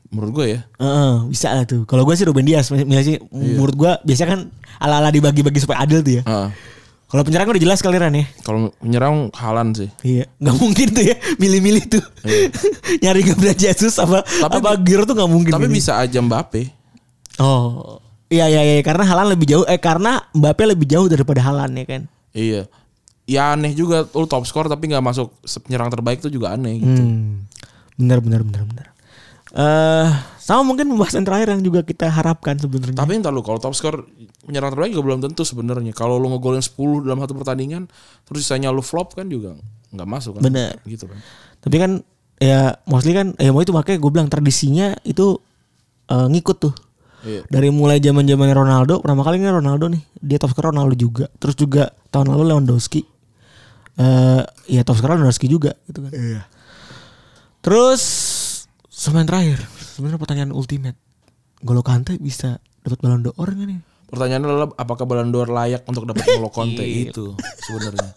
menurut gue ya. Uh, bisa lah tuh. Kalau gue sih Ruben Dias, misalnya sih iya. Menurut gue biasanya kan ala-ala dibagi-bagi supaya adil tuh ya. Uh. Kalau penyerang udah jelas kalian ya. Kalau penyerang Haaland sih. Iya, nggak mungkin tuh ya milih-milih tuh. Iya. Nyari Gabriel Jesus apa tapi, apa Giroud tuh nggak mungkin. Tapi ini. Bisa aja Mbappe. Oh, iya iya iya karena Haaland lebih jauh. Eh karena Mbappe lebih jauh daripada Haaland ya kan. Iya. Ya aneh juga lu top skor tapi nggak masuk penyerang terbaik tuh juga aneh gitu. Hmm. Benar benar benar benar. Eh uh, sama mungkin pembahasan terakhir yang juga kita harapkan sebenarnya. Tapi entar lu kalau top skor penyerang terbaik juga belum tentu sebenarnya. Kalau lu ngegolin sepuluh dalam satu pertandingan terus sisanya lu flop kan juga nggak masuk kan. Benar. Gitu kan. Tapi kan ya mostly kan ya mau itu makanya gue bilang tradisinya itu uh, ngikut tuh. Iya. Dari mulai zaman-zaman Ronaldo, pertama kali ini Ronaldo nih, dia top skor Ronaldo juga. Terus juga tahun lalu Lewandowski. Eh uh, ya top skor Lewandowski juga gitu kan. Iya. Terus Semen terakhir, sebenarnya pertanyaan ultimate. Golo Kante bisa dapat Ballon d'Or enggak nih? Pertanyaannya adalah apakah Ballon d'Or layak untuk dapat Golo Kante itu sebenarnya.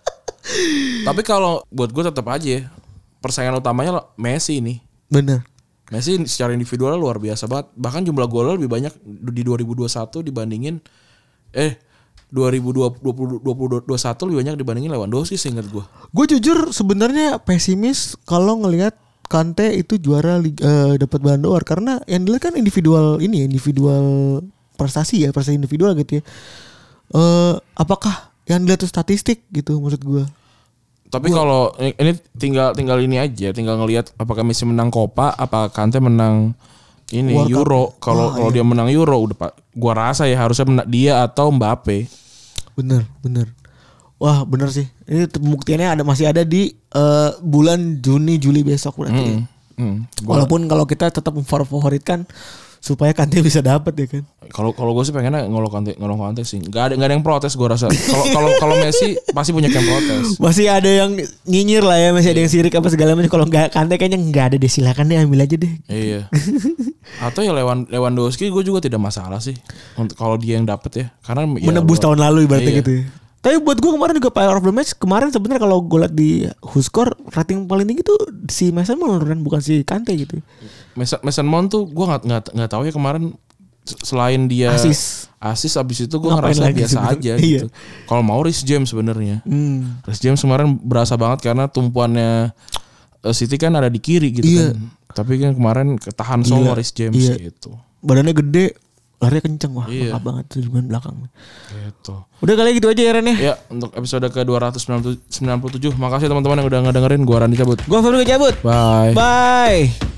Tapi kalau buat gue tetap aja ya, persaingan utamanya Messi ini. Bener. Messi secara individual luar biasa banget. Bahkan jumlah gol lebih banyak di dua ribu dua puluh satu dibandingin eh dua ribu dua puluh, dua puluh dua puluh satu lebih banyak dibandingin Lewandowski seingat gue. Gue jujur sebenarnya pesimis kalau ngelihat Kante itu juara uh, dapat Ballon d'Or karena yang dilihat kan individual ini ya, individual prestasi ya, prestasi individual gitu ya. Uh, apakah yang dilihat itu statistik gitu maksud gue. Tapi kalau ini tinggal tinggal ini aja, tinggal ngelihat apakah Messi menang Copa, apa Kante menang ini World Euro. Kalau kalau iya. dia menang Euro udah Pak, gua rasa ya harusnya menang dia atau Mbappe. Bener, bener. Wah, bener sih. Ini pembuktiannya ada masih ada di uh, bulan Juni Juli besok berarti. Mm, mm, Walaupun kalau kita tetap memfavoritkan supaya Kante bisa dapat ya kan. Kalau kalau gue sih pengennya ngolok Kante, ngolok Kante sih. Gak ada gak ada yang protes gue rasa. Kalau kalau kalau Messi pasti punya yang protes. Masih ada yang nyinyir lah ya, masih ada yang sirik apa segala macam. Kalau nggak Kante kayaknya nggak ada deh, silakan deh ambil aja deh. Iya. Atau ya Lewan Lewandowski gue juga tidak masalah sih untuk kalau dia yang dapat ya. Karena menebus ya, tahun lalu ibaratnya iya. gitu ya. Tapi buat gue kemarin juga player of the match kemarin sebenarnya kalau gue liat di WhoScore rating paling tinggi tuh si Mason Mount kan bukan si Kante gitu. Mason, Mason Mount tuh gue nggak nggak nggak tahu ya kemarin selain dia asis asis abis itu gue ngerasa biasa sebenernya. aja gitu. Iya. Kalau mau Reece James sebenarnya. Hmm. Reece James kemarin berasa banget karena tumpuannya City kan ada di kiri gitu iya. kan. Tapi kan kemarin ketahan solo Reece James iya. gitu. Badannya gede. Larinya kenceng wah iya. Lengkap banget tuh di belakang. Gitu. Udah kali gitu aja ya Ren ya. Ya untuk episode ke dua ratus sembilan puluh tujuh. Makasih teman-teman yang udah ngedengerin. Gua Randy cabut. Gua Fabri cabut. Bye. Bye.